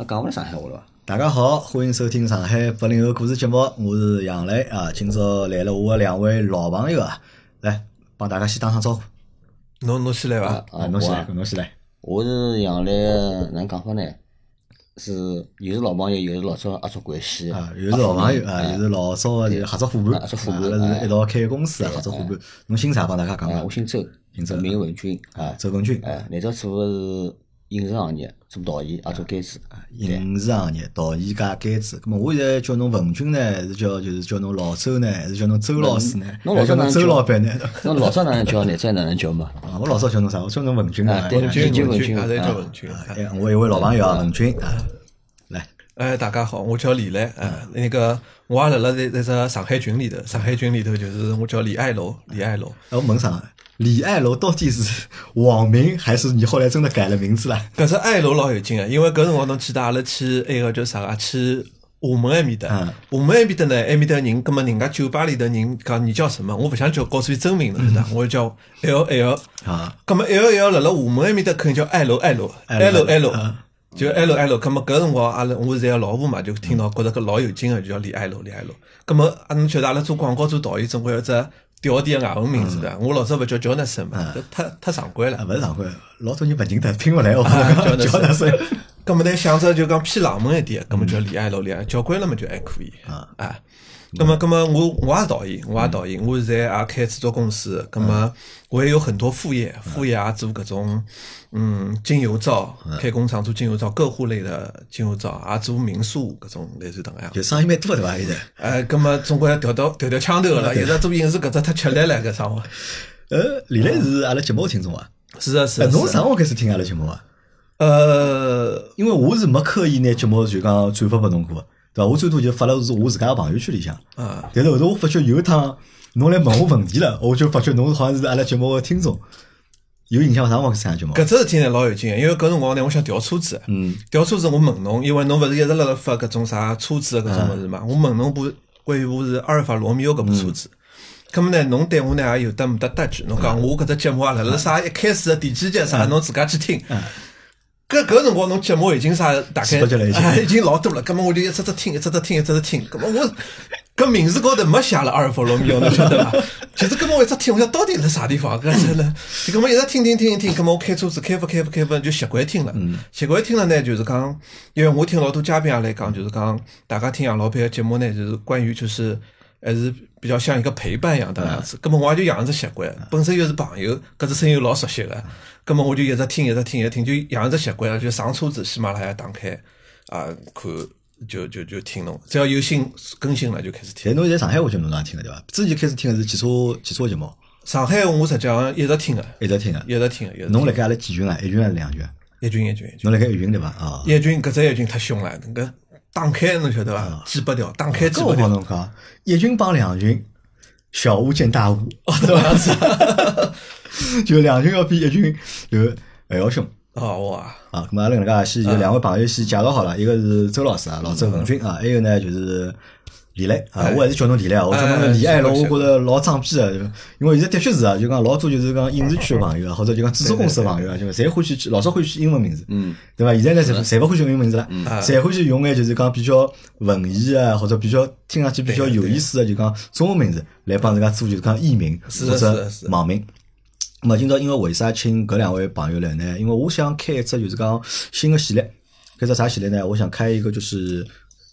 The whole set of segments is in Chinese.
讲勿来上海话了伐？ 大家好，欢迎收听上海80后故事节目，我是杨磊啊。今朝来了我的两位老朋友啊，来帮大家先打声招呼。 侬先来伐？ 侬先来，侬先来。 我是杨磊，哪能讲法呢？是又是老朋友，又是老早合作关系啊，又是老朋友啊，又是老早的合作伙伴， 合作伙伴， 阿拉是一道开公司的合作伙伴。侬姓啥？帮大家讲讲。 我姓周， 姓周， 名文军啊，周文军。 来早做的是影视行业，做导演，也做监制。 影视行业导演加监制。咁么我现在叫侬文军呢，是就是叫侬老周呢，还是叫侬周老师呢？ 侬老早叫侬周老板呢？ 侬老早哪能叫呢？再哪能叫嘛？ 啊，我老早叫侬啥？我叫侬文军啊。 文军， 还是叫文军。 我一位老朋友啊，文军啊，来。 大家好，我叫李磊。那个我也辣在这上海群里头，上海群里头就是我叫李爱楼。 我问啥？李爱楼到底是网名还是你后来真的改了名字了？ 搿只爱楼老有劲个，因为搿辰光侬记得阿拉去那个叫啥个去厦门埃面搭，厦门埃面搭呢，埃面搭人，葛末人家酒吧里头人讲你叫什么，我勿想叫告诉伊真名了，对伐？我叫 LL 啊， 葛末 LL 辣辣厦门埃面搭肯定叫爱楼。就 L， 葛末搿辰光阿拉我现在老婆嘛，就听到觉得搿老有劲个，就叫李爱楼。葛末侬觉得阿拉做广告做导演，总归要只调点外文名字的。我老早勿叫 Jonathan 嘛，太常规了。 勿是常规，老多人勿认得，拼勿来哦。 Jonathan。葛末呢想着就讲偏冷门一点，葛末叫李爱楼，叫惯了嘛就还可以啊。葛末我也是导演，我现在也开制作公司，葛末我也有很多副业也做搿种精油皂，开工厂做精油皂，个户类的精油皂，也做民宿搿种类似等样。 就生意蛮多对伐？现在。 葛末总归要调枪头了，现在做影视搿只太吃力了搿生活。 李磊是阿拉节目听众啊。 是啊。 侬啥辰光开始听阿拉节目啊？因为我是没刻意拿节目就讲转发拨侬过。对伐？我最多就发了是我自家个朋友圈里向。但是后头我发觉有一趟侬来问我问题了，我就发觉侬好像是阿拉节目个听众。有印象伐？啥辰光参加节目？ 搿只事体呢老有劲，因为搿辰光呢，我想调车子。调车子我问侬，因为侬勿是一直辣辣发搿种啥车子搿种物事嘛？我问侬关于部是阿尔法罗密欧搿部车子。咁么呢，侬对我呢也有得没得得知？侬讲我搿只节目啊，辣辣啥一开始的第几集啥，侬自家去听。搿辰光侬节目已经啥大概已经老多了，葛末我就一直听。葛末我搿名字高头没写了阿尔法罗密欧，侬晓得伐？就是葛末我一直听，我想到底辣啥地方？搿是了，葛末一直听。葛末我开车子开发就习惯听了。习惯听了呢，就是讲，因为我听老多嘉宾也来讲，就是讲大家听杨老板的节目呢，就是关于就是还是比较像一个陪伴一样的样子。葛末我也就养成只习惯，本身又是朋友，搿只声音老熟悉个。葛末我就一直听，就养成只习惯了，就上车子喜马拉雅打开看就听侬，只要有新更新了就开始听。 但侬现在上海话节目哪听的对伐？之前开始听的是汽车节目。上海话我实际上一直听个。 侬辣盖阿拉几群啊？一群还是两群？ 一群。 侬辣盖一群对伐？啊。 一群搿只一群太凶了，搿打开侬晓得伐？记不掉，打开记不掉。 我帮侬讲，一群帮两群，小巫见大巫。 这样子。 就两群要比一群还要凶。 哇！ 咁阿拉搿能介先就两位朋友先介绍好了，一个是周老师啊，老周文军啊，还有呢就是李磊啊，我还是叫侬李磊啊，我叫侬李爱楼，我觉着老装逼的，因为现在的确是啊，就讲老多就是讲影视区的朋友啊，或者就讲制作公司的朋友啊，就侪欢喜老早欢喜英文名字，对伐？现在呢侪勿欢喜用英文名字了，侪欢喜用眼就是讲比较文艺啊，或者比较听上去比较有意思的就讲中文名字来帮人家做就是讲艺名或者网名。那么今朝因为为啥请搿两位朋友来呢？因为我想开一只就是讲新的系列，开只啥系列呢？我想开一个就是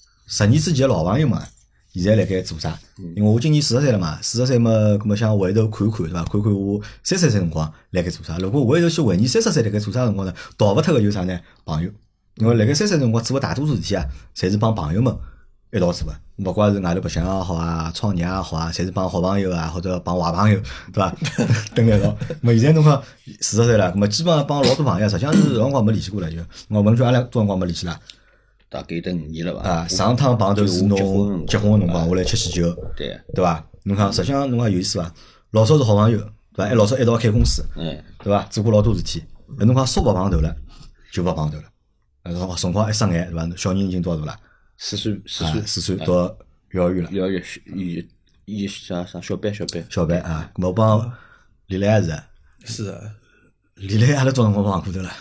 10年之前的老朋友们现在辣盖做啥？因为我今年40岁了嘛，40岁嘛，搿么想回头看看对伐？看看我30岁辰光辣盖做啥？如果回头去回忆30岁辣盖做啥辰光呢？逃勿脱个就是啥呢？朋友，因为辣盖30岁辰光做个大多数事体啊，侪是帮朋友们一道做个。勿管是外头白相也好啊，创业也好啊，侪是帮好朋友啊，或者帮坏朋友，对伐？蹲辣一道。咾现在侬讲40岁了，咾基本上帮老多朋友，实际上是辰光没联系过了就。我问句阿拉多辰光没联系了？ 大概得5年了吧。 啊，上趟碰头是侬结婚个辰光，我来吃喜酒，对伐？侬讲实际上侬讲有意思伐？老早是好朋友，对伐？还老早一道开公司，对伐？做过老多事体。侬讲说勿碰头了，就勿碰头了。辰光一眨眼，对伐？小人已经多少大了？4岁到幼儿园了。 幼儿园上小班啊。咁我帮李磊也是。 是啊。 李磊阿拉多辰光碰过头了。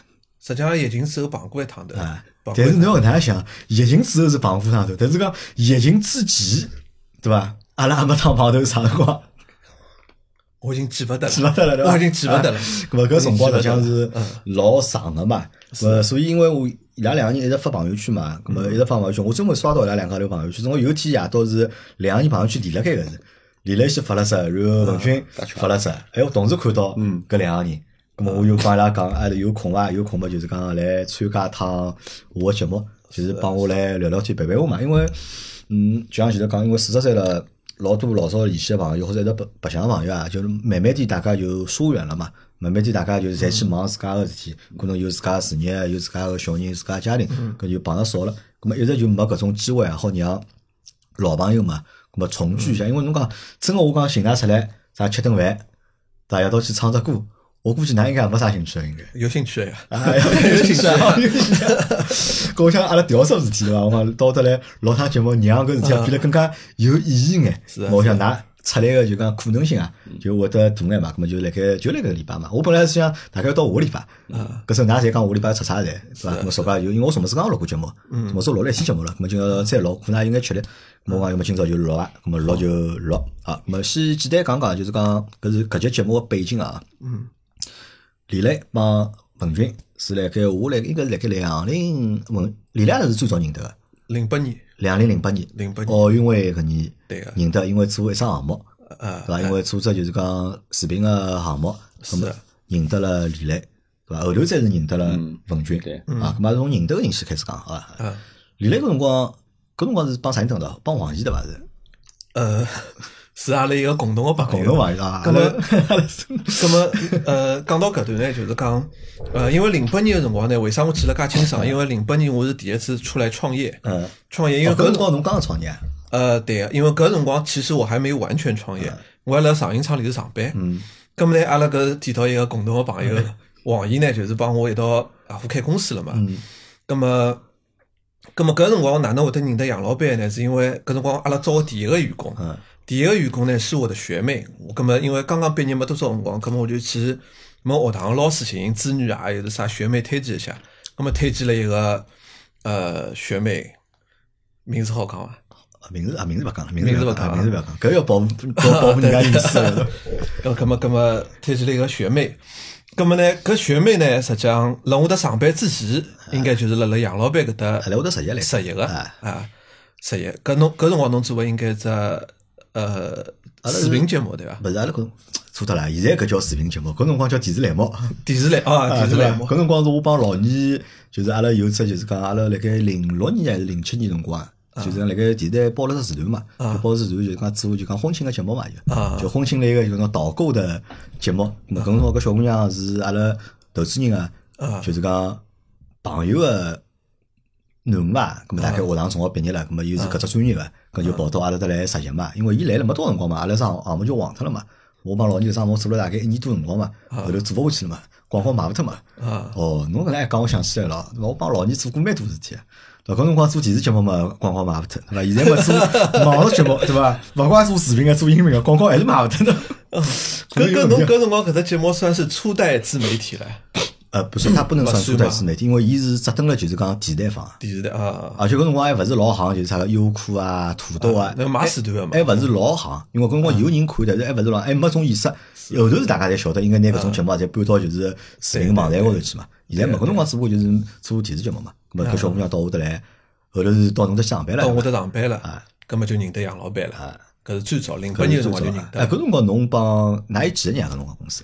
实际上疫情之后碰过一趟头。 但是侬搿能样想，疫情之后是碰过趟头，但是讲疫情之前，对伐？阿拉也没趟碰头啥辰光。 我已经记勿得了， 对伐？ 我已经记勿得了。 搿么搿辰光实际上是老长个嘛。所以因为伊拉两个人一直发朋友圈嘛，搿么一直发朋友圈，我专门刷到伊拉两家头朋友圈。总归有一天夜到是两个人朋友圈连辣盖个是，连了先发了只，然后文君发了只，哎，我同时看到搿两个人。咁么我又帮伊拉讲，有空伐？有空嘛，就是讲来参加趟我个节目，就是帮我来聊聊天、陪陪我嘛。因为，就像前头讲，因为40岁了，老多老早联系个朋友或者一直白相个朋友啊，就是慢慢点大家就疏远了嘛。慢慢点大家就是侪去忙自家个事体，可能有自家个事业，有自家个小人，自家家庭，搿就碰得少了。咁么一直就没搿种机会啊，好让老朋友嘛，咁么重聚一下。因为侬讲真个，我讲寻㑚出来啥吃顿饭，大家一道去唱只歌。我估计㑚应该也没啥兴趣了，应该有兴趣呀， 有兴趣啊！搿我想阿拉调啥事体对伐？我讲到得来老趟节目，让搿事体变得更加有意义眼。我想㑚出来个就讲可能性啊，就会得大眼嘛。咁么就辣盖搿个礼拜嘛。我本来是想大概到下个礼拜，搿时候㑚侪讲下个礼拜出差噻，对伐？咁么说白就因为我什么时刚录过节目，什么时候录了一期节目了，咁么就要再录，可能有眼吃力。我讲要么今朝就录啊，咁么录就录啊。咁么先简单讲讲，就是讲搿是搿节节目个背景啊。李磊帮文君是辣盖我应该是辣盖李磊是最早认得个 08年 2008年奥运会搿年认得，因为做一桩项目，对伐？因为做只就是讲视频个项目，咁么认得了李磊，对伐？后头再是认得了文君，啊，咁么从认得个人先开始讲啊。李磊搿辰光是帮啥人等的？帮王毅对伐？是。 是阿拉一个共同个朋友啊。 咁么，讲到搿段呢，就是讲，因为08年个辰光呢，为啥我记得介清爽？因为08年我是第一次出来创业，创业，因为搿辰光侬刚刚创业。 对，因为搿辰光其实我还没有完全创业，我还辣上影厂里头上班。咁么呢，阿拉搿提到一个共同个朋友王毅呢，就是帮我一道合伙开公司了嘛。咁么搿辰光我哪能会得认得杨老板呢？是因为搿辰光阿拉招个第一个员工。第一个员工呢是我的学妹，咁么因为刚刚毕业没多少辰光，咁么我就去问学堂老师寻资源啊，有的啥学妹推荐一下，咁么推荐了一个学妹，名字好讲伐？ 名字勿讲了，名字勿讲，搿要保护人家隐私了。 咁么推荐了一个学妹，咁么呢搿学妹呢实际上辣我搭上班之前，应该就是辣杨老板搿搭辣我搭实习个实习。搿辰光侬做个应该只视频节目对伐？ 勿是阿拉搿错脱了，现在搿叫视频节目，搿辰光叫电视栏目。 电视栏目。 搿辰光是我帮老二，就是阿拉有只就是讲阿拉辣盖06年还是07年辰光，就是辣盖电视台报了只时段嘛，报时段就是讲做就讲婚庆个节目嘛，就婚庆类个就讲导购的节目。搿辰光搿小姑娘是阿拉投资人个，就是讲朋友个囡嘛，咁么大概学堂中学毕业了，咁么又是搿只专业个，咁就跑到阿拉搭来实习嘛。因为伊来了没多少辰光嘛，阿拉上项目就黄脱了嘛。我帮老二上项目做了大概1年多辰光嘛，后头做勿下去了嘛，广告卖勿脱嘛。侬搿能一讲，我想起来了，我帮老二做过蛮多事体。搿辰光做电视节目嘛，广告卖勿脱，对伐？现在嘛做网络节目，对伐？勿管做视频个、做音频个，广告还是卖勿脱的。 搿侬搿辰光搿只节目算是初代自媒体了。 不是，它不能算初代自媒体，因为伊是只登了就是讲电视台放。 电视台而且搿辰光还勿是老行，就是啥个优酷啊、土豆啊， 那个买时段个嘛， 还勿是老行，因为搿辰光有人看，但是还勿是老，还没种意识。后头是大家侪晓得，应该拿搿种节目侪搬到就是视频网站高头去嘛。现在没搿辰光只不过就是做电视节目嘛。咾么搿小姑娘到我搭来，后头是到侬搭去上班了。 到我搭上班了，咾么就认得杨老板了。搿是最早08年辰光就认得。 搿辰光侬帮哪有几个人啊？搿辰光公司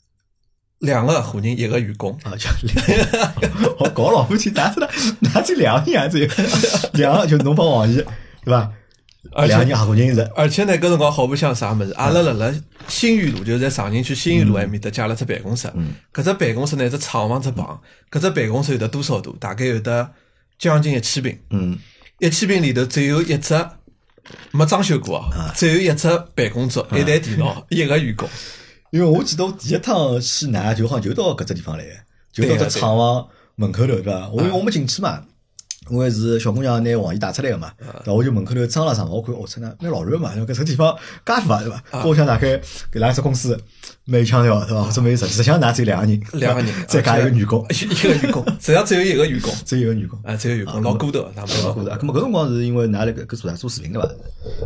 2个合伙人，1个员工。 我搞老半天，哪只2个人啊？只有2个，就侬帮王毅，对伐？2个人合伙人是。 而且呢，搿辰光好白相啥物事？阿拉辣新余路，就是在长宁区新余路埃面搭借了只办公室。搿只办公室呢，只厂房只棚，搿只办公室有得多少大？大概有得将近1000平。1000平里头只有一只没装修过啊，只有一只办公桌、一台电脑、1个员工。 因为我记得我第一趟去就好像就到搿只地方来，就到只厂房门口头，对伐？我没进去嘛， 我还是小姑娘拿黄衣带出来个嘛，然后我就门口头装了上，我看我操那蛮老热嘛，搿只地方介大对伐？我想大概搿拉只公司每腔调对伐？或者每实际上㑚只有2个人，再加一个员工， 一个员工，实际上只有一个员工， 只有一个员工啊，只有员工，老孤独，他们老孤独。咁么搿辰光是因为㑚辣搿做啥？做视频对伐？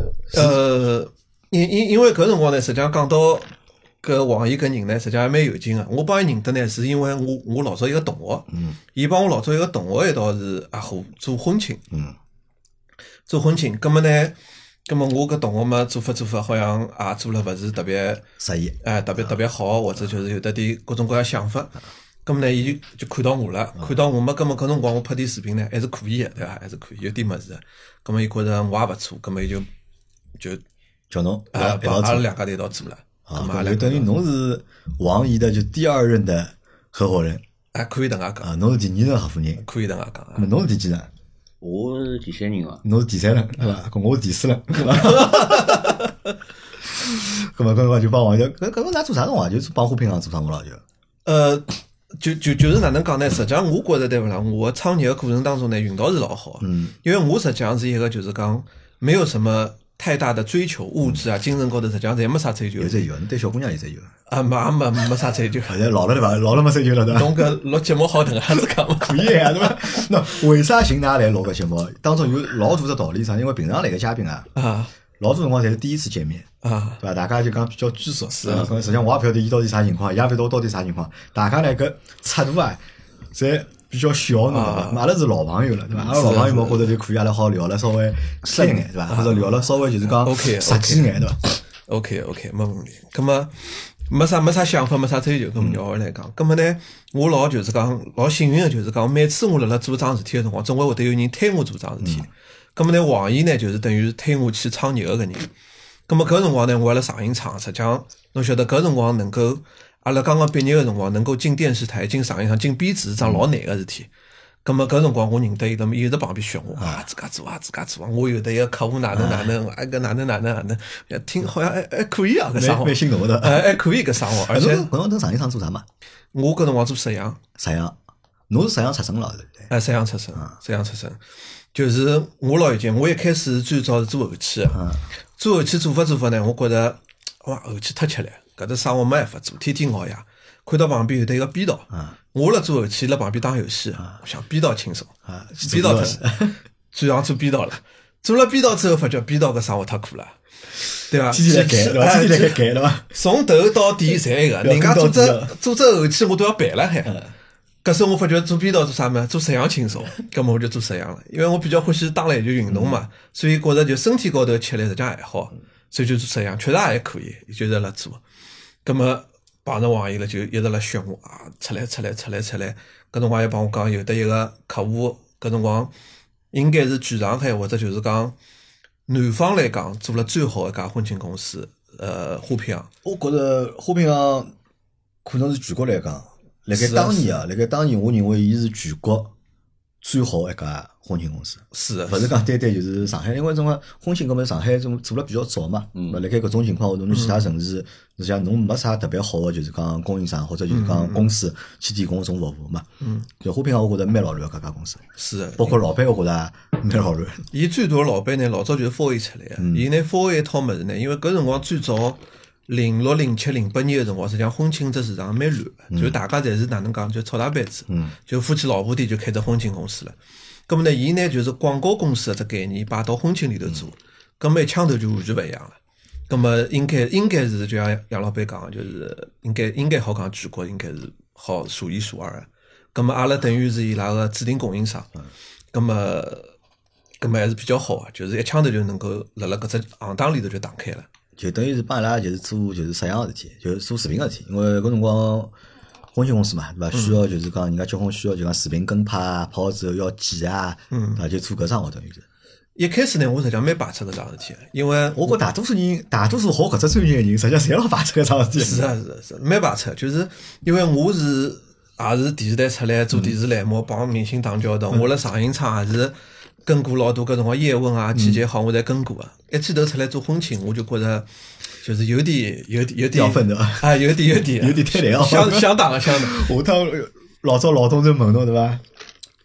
因为搿辰光呢，实际上讲到搿王毅搿人呢，实际上还蛮有劲个。我帮伊认得呢，是因为我老早一个同学，伊帮我老早一个同学一道是合伙做婚庆，做婚庆。葛么呢，葛么我搿同学嘛，做法好像也做了勿是特别适意， 特别好，或者就是有得点各种各样想法。葛么呢，伊就看到我了，看到我嘛，葛么搿辰光我拍点视频呢，还是可以个，对伐？还是可以，有点物事。葛么伊觉着我也勿错，葛么伊就叫侬阿拉两家头一道做了。 就等于侬是王毅的就第2任的合伙人， 可以等下讲啊，侬是第2任合伙人， 可以等下讲。 那么侬是第几任？ 我是第3任啊， 侬是第3任，对伐？我是第4任，对伐？搿么搿辰光就帮王毅，搿㑚做啥辰光？就帮花瓶行做啥物事就就是哪能讲呢？实际上我觉着对勿啦？我创业的过程当中呢，运道是老好，因为我实际上是一个就是讲没有什么太大的追求，物质啊、精神高头实际上侪没啥追求。 有追求，侬对小姑娘有追求啊？没啥追求。 现在老了对伐？老了没追求了对伐？ 侬搿录节目好等下子讲嘛？ 可以呀，对伐？那为啥寻㑚来录搿节目？当中有老大的道理上，因为平常来个嘉宾啊，老多辰光侪是第一次见面啊，对伐？大家就讲比较拘束，是啊。实际上我也勿晓得伊到底啥情况，伊也勿晓得我到底啥情况。大家呢搿尺度啊，侪比较小，侬晓得伐？阿拉是老朋友了，对伐？阿拉老朋友嘛，觉着就可以，阿拉好聊了稍微深一眼，对伐？或者聊了稍微就是讲实际眼，对伐 ？OK，没问题。葛么没啥想法，没啥追求，搿么让我来讲。葛么呢，我老就是讲老幸运个，就是讲每次我辣辣做桩事体个辰光，总归会得有人推我做桩事体。咁么呢，王毅呢，就是等于推我去创业个人。咁么搿辰光呢，我辣上影厂，实际上侬晓得搿辰光能够，阿拉刚刚毕业个辰光，能够进电视台、进上影厂、进编制是桩老难个事体。咁么搿辰光我认得伊，那么伊一直旁边训我自家做啊。我有得一个客户哪能，搿哪能，听好像还可以啊，搿生活。 蛮心动的。 还可以搿生活，而且搿辰光上影厂做啥嘛？ 我搿辰光做摄像。 侬是摄像出身了， 对？摄像出身。就是我老有劲，我一开始最早是做后期的，做后期做法呢，我觉得哇后期太吃力，搿只生活没办法做，天天熬夜。看到旁边有得一个编导，我辣做后期辣旁边打游戏，我想编导轻松，编导最上做编导了，做了编导之后发觉编导搿生活太苦了，对伐？ 天天来改，对伐？ 从头到底侪一个，人家做只后期我都要办了还。搿时候我发觉做编导做啥嘛？做摄像轻松，搿么我就做摄像了。因为我比较欢喜打篮球运动嘛，所以觉着就身体高头吃力实际上还好，所以就做摄像，确实还可以，就是辣做。搿么碰着王毅了，就一直辣训我啊，出来。搿辰光也帮我讲，有得一个客户，搿辰光应该是全上海或者就是讲南方来讲做了最好一家婚庆公司，花瓶行。 我觉着花瓶行可能是全国来讲。辣盖当年，我认为伊是全国最好一家婚庆公司。 是的， 勿是讲单就是上海，因为种个婚庆搿么上海做了比较早嘛。辣盖搿种情况下头，侬其他城市，实际上侬没啥特别好个，就是讲供应商或者就是讲公司去提供搿种服务嘛。就花瓶行，我觉着蛮老卵搿家公司。 是的， 包括老板，我觉着蛮老卵。 伊最大个老板呢，老早就是4A出来个。伊呢4A一套物事呢，因为搿辰光最早。06、07、08年个辰光，实际上婚庆只市场蛮乱，就大家侪是哪能讲，就炒大班子，就夫妻老婆店就开只婚庆公司了。咁么呢，伊呢就是广告公司只概念摆到婚庆里头做，咁么一枪头就完全勿一样了。咁么应该是就像杨老板讲，就是应该好讲全国应该是好数一数二个。咁么阿拉等于是伊拉个指定供应商，咁么还是比较好个，就是一枪头就能够辣搿只行当里头就打开了。 就等于是帮伊拉就是做就是摄像事体，就是做视频个事体，因为搿辰光婚庆公司嘛，对伐？需要就是讲人家结婚需要就讲视频跟拍啊，拍好之后要剪啊，就做搿生活等于是。 一开始呢，我实际上蛮排斥搿桩事体，因为我觉大多数学搿只专业个人，实际上侪老排斥搿桩事体。 是蛮排斥，就是因为我也是电视台出来做电视栏目，帮明星打交道，我辣上影厂也是。跟过老多搿辰光叶问啊、季节好，我侪跟过个。一记头出来做婚庆，我就觉着就是有点掉分的啊，有点太难哦， 相当。 下趟老早老董就问侬对伐？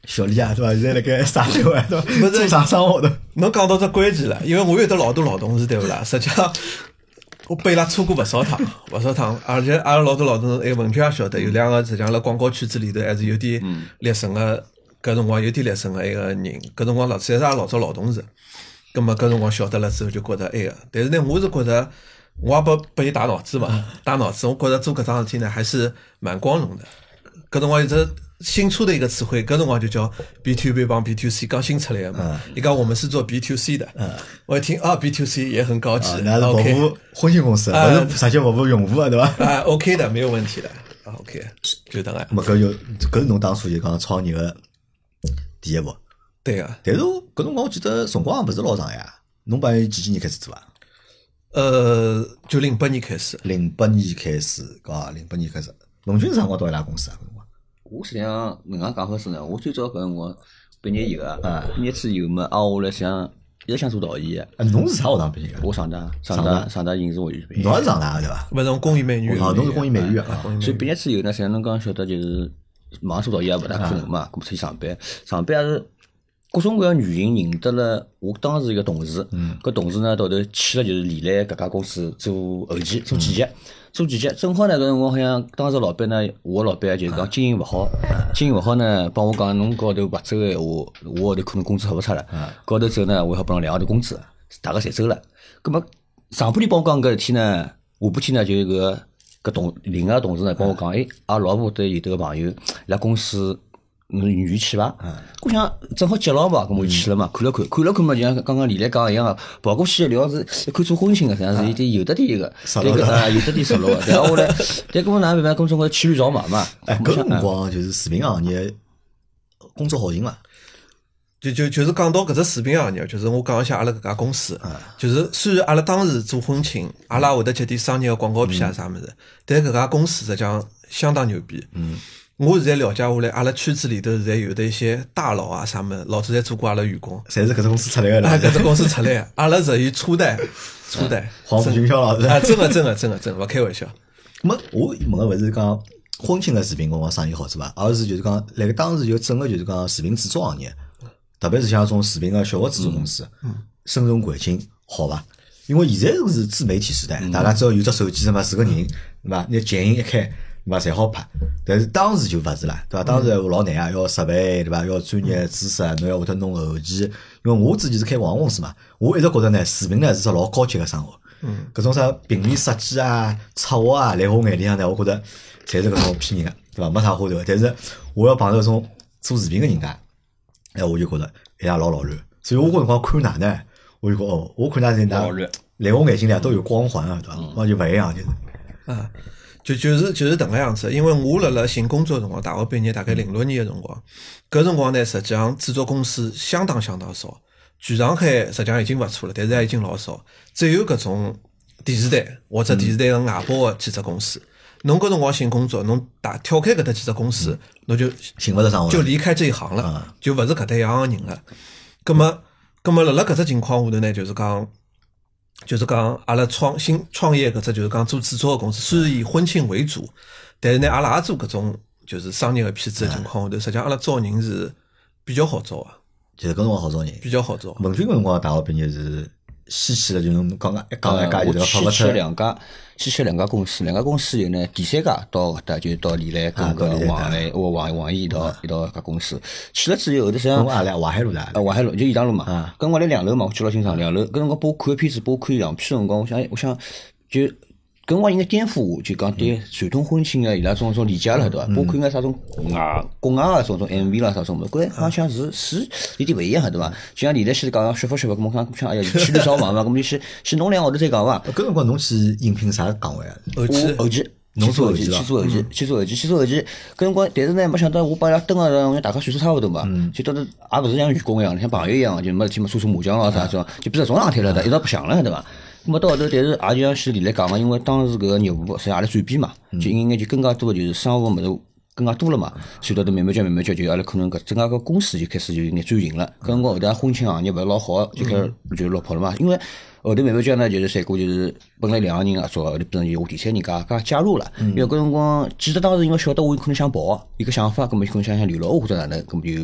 小李啊，对伐？现在辣盖啥单位对伐？做啥生活的？ 侬讲到这关键了，因为我有得老多老同事对勿啦？实际上我被伊拉搓过勿少趟，而且阿拉老多老同事，那个文娟也晓得，有两个实际上辣广告圈子里头还是有点立身个，搿辰光有点立身个一个人，搿辰光侪是阿拉老早老同事。葛末搿辰光晓得了之后就觉得个，但是呢，我是觉得我也拨伊打脑子嘛，打脑子，我觉得做搿桩事体呢还是蛮光荣的。搿辰光有只新出的一个词汇，搿辰光就叫 B2B 帮 B2C 刚新出来的嘛。伊讲我们是做 B2C 的，我一听啊 ，B2C 也很高级， 那是服务婚庆公司，不是直接服务用户对伐？ 啊 ，OK 的，没有问题的，OK， 就当然。 搿是侬当初就讲创业个第一步。 对个。 但是搿辰光我记得辰光也勿是老长呀，侬帮伊几年开始做啊？ 就08年开始。 08年开始，08年开始。龙军是啥辰光到伊拉公司啊？ 我实际上能介讲法是呢，我最早搿辰光毕业以后啊，毕业之后嘛，我来想一直想做导演个。侬是啥学堂毕业个？ 我上大影视学院毕业。 侬也是上大对伐？ 勿是侬工艺美院。 侬是工艺美院啊。 所以毕业之后呢，实际上侬刚晓得就是马上做导演也勿大可能嘛，咁出去上班也是各种各样原因认得了我当时一个同事，搿同事呢到头去了就是李来搿家公司做后期做剪辑，正好呢搿辰光好像当时老板呢，我老板就是讲经营勿好呢，帮我讲侬高头勿走个闲话，我后头可能工资发勿出了，高头走呢我要拨侬2个号头工资，大家侪走了。葛末上半天帮我讲搿事体呢，下半天呢就另外个同事呢帮我讲，阿拉老婆对有得个朋友，伊拉公司。侬愿意去伐？我想正好接牢嘛，咁我就去了嘛。看了看嘛，就像刚刚李来讲一样个，跑过去聊是一看做婚庆个，实际上是有得点一个，有得点熟络个。然后来，但搿么哪办法？公众个骑驴找马嘛。 搿辰光就是视频行业工作好寻嘛。 就是讲到搿只视频行业，就是我讲一下阿拉搿家公司，就是虽然阿拉当时做婚庆，阿拉会得接点商业个广告片啊啥物事，但搿家公司实际上相当牛逼。我现在了解下来，阿拉圈子里头现在有的一些大佬啊啥么，老早侪做过阿拉员工， 侪是搿只公司出来个啦。 搿只公司出来，阿拉属于初代。 黄埔军校老师啊，真的，勿开玩笑。 咁么我问个勿是讲婚庆个视频辰光生意好做伐，而是就是讲辣盖当时就整个就是讲视频制作行业，特别是像种视频个小个制作公司，生存环境好伐？因为现在是自媒体时代，大家只要有只手机嘛，4个人对伐？你剪映一开。对伐？侪好拍，但是当时就勿是啦，对伐？当时老难啊，要设备，对伐？要专业知识，侬要会得弄后期。因为我之前是开广告公司嘛，我一直觉得呢，视频呢是只老高级个生活。搿种啥平面设计啊、策划啊、来我眼里向呢，我觉得侪是搿种骗人个，对伐？没啥花头。但是我要碰到搿种做视频个人家，我就觉得伊拉老卵。所以我搿辰光看㑚呢，我就讲我看㑚是㑚来我眼睛里都有光环啊，对伐？我就勿一样就是。 就是迭个样子，因为我辣寻工作辰光，大学毕业大概06年个辰光，搿辰光呢，实际上制作公司相当少，全上海实际上已经勿错了，但是也已经老少，只有搿种电视台或者电视台个外包个几只公司。侬搿辰光寻工作，侬跳开搿搭几只公司，侬就寻勿着生活， 就离开这一行了，就勿是搿搭一行个人了。葛末辣搿只情况下头呢，就是讲阿拉创业搿只就是讲做制作个公司，虽然以婚庆为主，但是呢阿拉也做搿种就是商业个片子个情况下头，实际上阿拉招人是比较好招个， 就是搿辰光好招人， 比较好招。 文军搿辰光大学毕业是先去了，就侬讲一家就跑勿出先去两家公司以后呢，第三家到搿搭就到李来跟王毅一道搿公司去了之后，后头实际上华海路的， 华海路就颐堂路嘛，搿辰光来2楼嘛，我记老清爽，2楼搿辰光拨我看片子，拨我看样片辰光，我想就搿辰光应该颠覆我，就讲对传统婚庆个伊拉种理解了，对伐？拨我看眼啥种国外个种 MV 啦啥种物，搿好像是有点勿一样个，对伐？就像李来先讲说服，咾么想哎呀，去了找忙嘛，咾么先弄2个号头再讲伐？ 搿辰光侬去应聘啥岗位啊？ 后期。去做后期，搿辰光，但是呢，没想到我帮伊拉蹲个，大家岁数差勿多嘛，就到头也勿是像员工一样，像朋友一样，就没事体嘛，搓麻将咯啥种，就变成种状态了的，一道白相了，对伐？咁么到后头，但是也就像是李来讲嘛，因为当时搿个业务实际阿拉转变嘛，就应该就更加多的就是商务物事更加多了嘛，所以到头慢慢叫，就阿拉可能搿整个个公司就开始就有眼转型了。搿辰光后头婚庆行业勿是老好，就开始就落魄了嘛，因为。后头慢慢叫呢，就是三个就是本来2个人合作，后头变成就我第三人家加入了。因为搿辰光，记得当时因为晓得我可能想跑，一个想法，搿么可能想留牢或者哪能，搿么就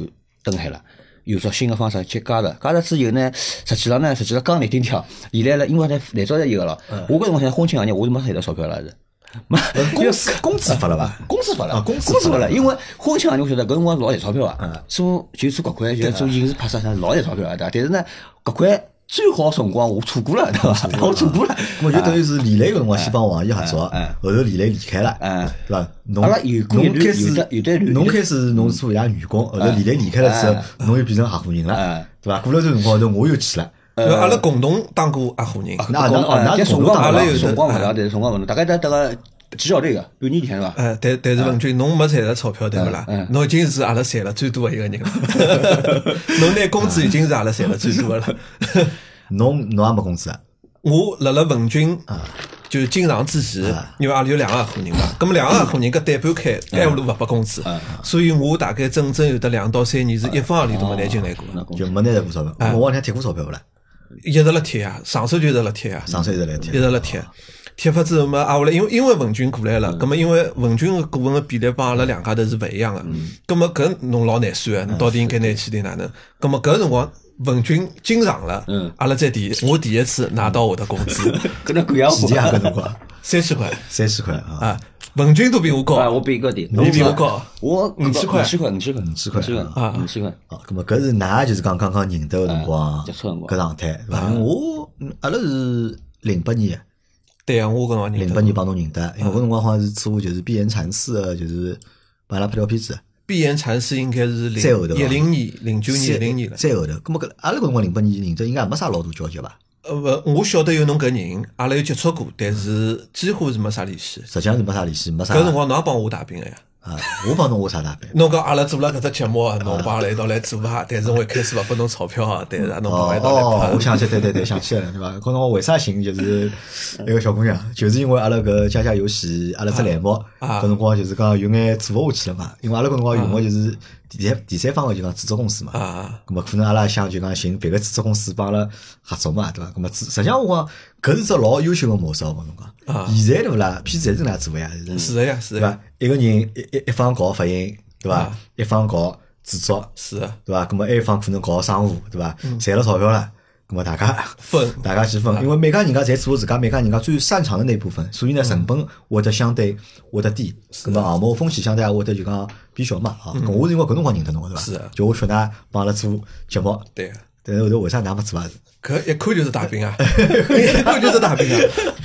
登海了。有种新的方式去加入之后呢，实际上刚立定跳，现在了，因为来早才一个了。我搿辰光想婚庆行业，我是没赚到钞票了是。 工资发了吧？ 工资发了， 工资发了。因为婚庆行业我晓得搿辰光老赚钞票啊，做搿块，就做影视拍摄啥老赚钞票啊，对伐？但是呢，搿块最好辰光我错过了，对伐？我错过了。 咾就等于是李磊搿辰光先帮王毅合作，后头李磊离开了，对伐？ 阿拉有开始有的侬开始侬做伊拉员工，后头李磊离开了之后，侬又变成合伙人了，对伐？过了段辰光后头我又去了。 阿拉共同当过合伙人， 那辰光阿拉有辰光勿大，但是辰光勿大，大概得个几小队个，半年前是伐？ 但是文军侬没赚着钞票对勿啦？侬已经是阿拉赚了最多的一个人了，侬拿工资已经是阿拉赚了最多的了。 侬也没工资啊？ 我辣辣文军就是进场之前，因为阿拉有2个合伙人嘛，咁么2个合伙人搿对半开，埃户路勿拨工资，所以我大概整整有得2到3年是一分行钿都没拿进来过， 就没拿过钞票。我往年贴过钞票勿啦？ 一直辣贴啊，上手就一直辣贴啊， 上手一直辣贴， 一直辣贴。贴发之后嘛，后来因为文军过来了，咁么因为文军个股份个比例帮阿拉2家头是勿一样个，咁么搿侬老难算个，侬到底应该拿去点哪能？咁么搿辰光文军进场了，阿拉我第一次拿到我的工资， 搿能贵啊！ 几钿搿辰光 ？30块 ，30块啊！ 文军都比我高， 我比高点， 你比我高， 我 50块 ，50块啊 ，50块啊！咁么搿是㑚就是刚刚认得个辰光， 接触辰光搿状态，对伐？阿拉是08年。 对啊，我搿辰光 08年帮侬认得，因为搿辰光好像是做就是闭眼禅师的，就是帮阿拉拍条片子。 闭眼禅师应该是再后头 10年、09年、10年了。 再后头，咁么搿阿拉搿辰光08年认得，应该也没啥老大交集吧？ 我晓得有侬搿人，阿拉有接触过，但是几乎是没啥联系。 实际上是没啥联系，没啥。 搿辰光侬也帮我打拼个呀。 我帮侬下啥大班？ 侬讲阿拉做了搿只节目，侬帮阿拉一道来做哈，但是我一开始勿拨侬钞票，但是侬帮我一道来拍。 我想起对，想起来了，对伐？搿辰光为啥寻就是一个小姑娘，就是因为阿拉搿家家游戏，阿拉只栏目，搿辰光就是讲有眼做勿下去了嘛，因为阿拉搿辰光用个就是第三方个就讲制作公司嘛，咁么可能阿拉想就讲寻别个制作公司帮阿拉合作嘛，对伐？咁么实际上我讲搿是只老优秀个模式，我跟侬讲。现在对勿啦？片子侪是搿能做呀， 是的呀，是的， 对伐？一个人一方搞发行，对伐？一方搞制作， 是的， 对伐？咁么一方可能搞商务，对伐？赚了钞票了，咁么大家去分，因为每家人家侪做自家每家人家最擅长的那部分，所以呢成本会得相对会得低，咁么项目风险相对会得就讲变小嘛。咁我是因为搿辰光认得侬对伐？ 是， 就我劝㑚帮阿拉做节目， 对。 但是后头为啥㑚没做啊？ 搿一看就是大兵啊，一看就是大兵啊。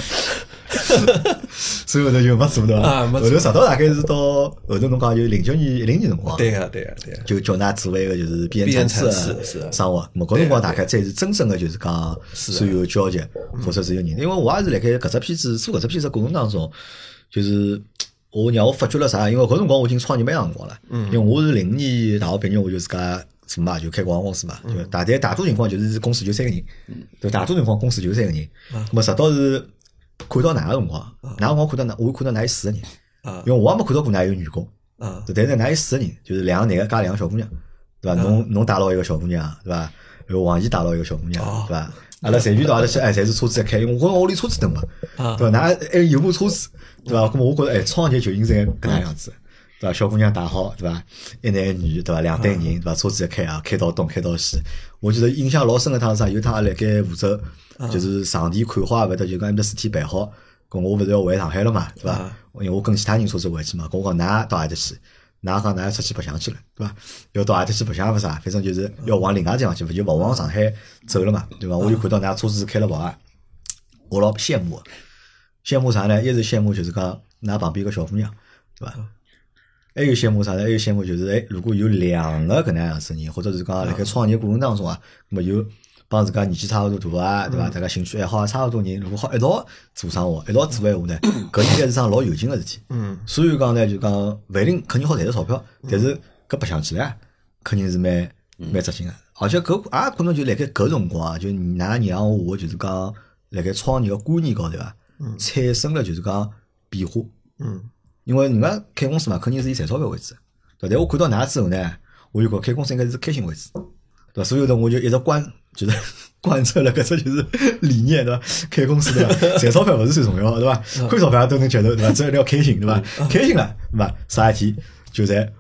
所以后头就没做对伐？后头直到大概是到后头侬讲就09年10年辰光， 对个， 就叫㑚做一个就是闭眼禅师的生活。咾搿辰光大概才是真正的就是讲最有交集，或者是有人。因为我也是辣盖搿只片子做搿只片子过程当中，就是让我发觉了啥？因为搿辰光我已经创业蛮长辰光了，因为我是05年大学毕业，我就自家做嘛，就开广告公司嘛，就大多情况就是公司就3个人，对，大多情况公司就3个人。咾么直到是看到㑚个辰光，㑚辰光看到㑚，我看到㑚有4个人，因为我也没看到过㑚有员工，但是㑚有4个人，就是2个男个加2个小姑娘，对伐？侬带牢一个小姑娘，对伐？然后王毅带牢一个小姑娘，对伐？阿拉全到阿拉去，侪是车子在开，因为我屋里车子等嘛，对伐？㑚还有部车子，对伐？咾么我觉着创业就应该搿能样子。对伐？小姑娘带好，对伐？一男一女，对伐？2对人，对伐？车子一开啊，开到东，开到西。我记得印象老深个趟是啥？有趟辣盖福州，就是场地看好也勿得，就讲埃面搭事体办好。搿我勿是要回上海了嘛，对伐？因为我跟其他人车子回去嘛，搿我讲㑚到何里去？㑚讲㑚要出去白相去了，对伐？要到何里去白相勿啥？反正就是要往另外地方去，就勿往上海走了嘛，对伐？我就看到㑚车子开了跑啊，我老羡慕。羡慕啥呢？一是羡慕就是讲㑚旁边个小姑娘，对伐？还有羡慕啥呢？还有羡慕就是如果有2个搿能样子人，或者是讲辣盖创业过程当中啊，那么有帮自家年纪差勿多大啊，对伐？大家兴趣爱好差勿多人，如果好一道做生活，一道做闲话呢，搿应该是桩老有劲个事体。所以讲呢，就讲勿一定肯定好赚着钞票，但是搿白相起来肯定是蛮扎劲个。而且搿也可能就辣盖搿辰光啊，就㑚让我就是讲辣盖创业个观念高头啊，产生了就是讲变化。因为人家开公司嘛，肯定是以赚钞票为主，对吧？但我看到㑚之后呢，我就觉开公司应该是开心为主，对吧？所以呢，我就一直就是贯彻了搿只就是理念，对吧？开公司对吧？赚钞票勿是最重要的，对吧？亏钞票都能接受，对吧？只要要开心，对吧？开心了，对吧？啥事体就在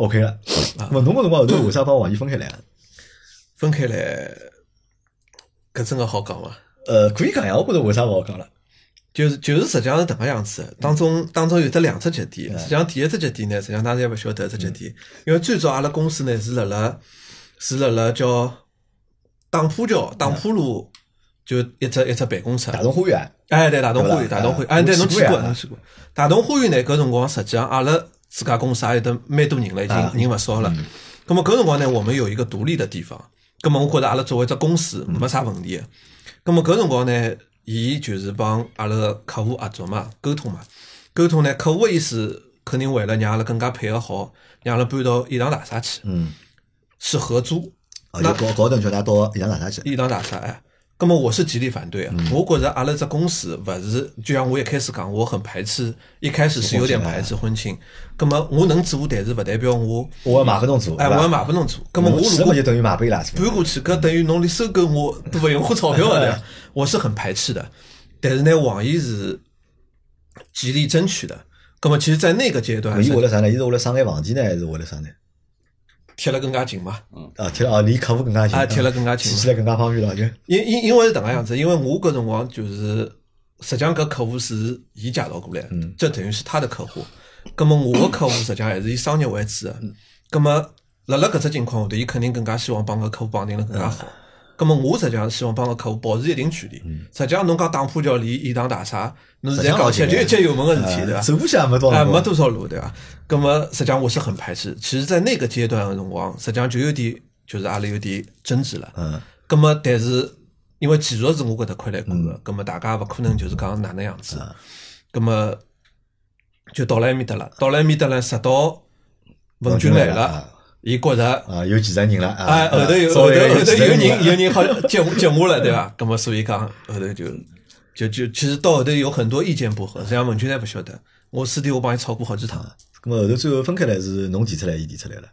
OK 了。侬搿辰光后头为啥帮网易分开来啊？ 分开来，搿真个好讲伐？ 可以讲呀，我觉着为啥勿好讲了？ 就是实际上是迭个样子的，当中有得两只节点。实际上第一只节点呢，实际上大家也勿晓得这节点，因为最早阿拉公司呢是辣辣叫打浦桥打浦路，就一只办公室。 大同花园。 哎，对，大同花园，对，侬去过。大同花园呢，搿辰光实际上阿拉自家公司也有得蛮多人了，已经人勿少了。咁么搿辰光呢，我们有一个独立的地方。咁么我觉着阿拉作为一只公司没啥问题。咁么搿辰光呢，伊就是帮阿拉个客户合作嘛，沟通呢，客户的意思肯定为了让阿拉更加配合好，让阿拉搬到颐堂大厦去。是合租。 就搞等叫㑚到颐堂大厦去。 颐堂大厦，哎。咁么我是极力反对啊！我觉着阿拉只公司勿是，就像我一开始讲，我很排斥，一开始是有点排斥婚庆。咁么我能做，但是勿代表我要卖拨侬做， 哎，我要卖拨侬做。咁么我如果就等于卖拨伊拉做， 搬过去，搿等于侬连收购我都勿用花钞票的，我是很排斥的。但是呢，网易是极力争取的。咁么其实，在那个阶段， 伊为了啥呢？伊是为了省眼房钿呢，还是为了啥呢？ 贴了更加近嘛， 贴了离客户更加近， 贴了更加近， 起来更加方便了。就因为是迭个样子，因为我搿辰光就是实际上搿客户是伊介绍过来，这等于是他的客户。葛么我的客户实际上还是以商业为主的，葛么辣搿只情况下头，伊肯定更加希望帮搿客户绑定得更加好。葛么我实际上是希望帮搿客户保持一定距离。实际上侬讲打浦桥离颐堂大厦，侬现在讲起来就一脚油门个事体，对伐？ 走过去也没多少， 没多少路，对伐？葛么实际上我是很排斥。其实，在那个阶段的辰光，实际上就有点就是阿拉有点争执了。葛么但是因为技术是我搿搭块来管个，葛么大家勿可能就是讲哪能样子。葛么就到了埃面搭了，直到文军来了。伊觉着有几十人了， 后头有人好接我了，对伐？咁么所以讲后头就其实到后头有很多意见不合，实际上文军也不晓得，我私底我帮伊吵过好几趟。 咁么后头最后分开来是侬提出来，伊提出来了。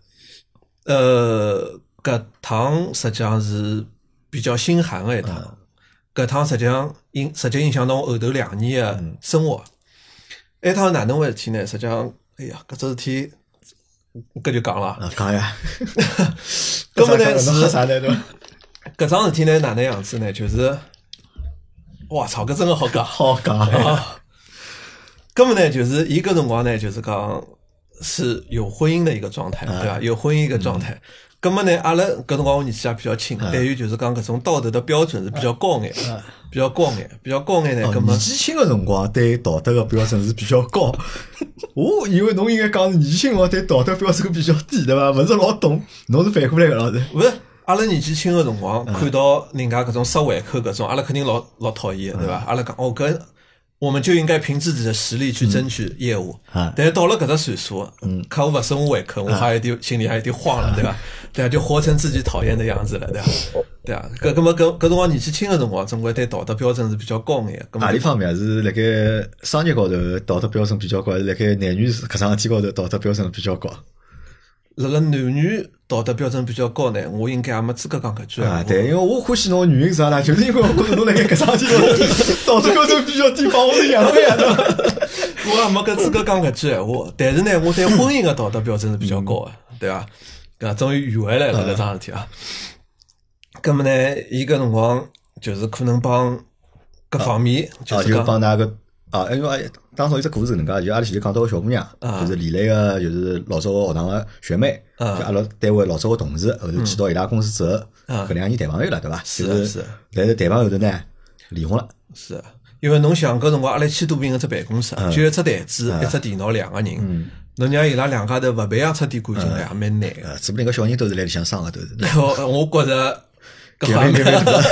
搿趟实际上是比较心寒个一趟，搿趟实际影响到我后头2年的生活。埃趟哪能回事体呢？实际上，哎呀，搿只事体。搿就讲了， 讲呀。 搿么呢是啥呢？对伐？ 搿桩事体呢哪能样子呢？就是，哇操，搿真个好讲， 好讲啊！ 搿么呢，就是伊搿辰光呢，就是讲是有婚姻的一个状态，对伐？有婚姻一个状态。搿么呢，阿拉搿辰光我年纪也比较轻，对于就是讲搿种道德的标准是比较高眼，比较高眼呢。搿么年纪轻个辰光对道德个标准是比较高。我以为侬应该讲是年纪轻辰光对道德标准比较低，对伐？勿是老懂，侬是反过来个老师。 勿是，阿拉年纪轻个辰光看到人家搿种杀胃口搿种，阿拉肯定老讨厌，对伐？阿拉讲搿我们就应该凭自己的实力去争取业务。但是到了搿只岁数，客户勿收我胃口，我还有点心里还有点慌了，对伐？对啊，就活成自己讨厌的样子了，对伐？对啊，搿么搿辰光年纪轻个辰光，总归对道德标准是比较高眼。 何里方面是辣盖商业高头道德标准比较高，还是辣盖男女搿桩事体高头道德标准比较高？ 辣男女道德标准比较高呢，我应该也没资格讲搿句啊。对，因为我欢喜侬原因是啥啦？就是因为我觉着侬辣盖搿桩事体高头道德标准比较低，帮我是一样的呀。 我也没搿资格讲搿句闲话，但是呢，我对婚姻个道德标准是比较高的，对伐？搿终于圆回来了搿桩事体啊。葛么呢，伊搿辰光就是可能帮各方面，就是就帮㑚个因为当初一只故事搿能介，就阿拉前头讲到个小姑娘，就是李磊个，就是老早个学堂个学妹，就阿拉单位老早个同事，后头去到伊拉公司之后，搿2年谈朋友了，对伐？ 是。 但是谈朋友头呢，离婚了。 是。因为侬想搿辰光阿拉1000多平个只办公室，就一只台子，一只电脑，2个人，侬让伊拉2家头勿培养出点感情来，也蛮难个。 指不定个小人都是来里向生个，都是。 我觉着搿方面。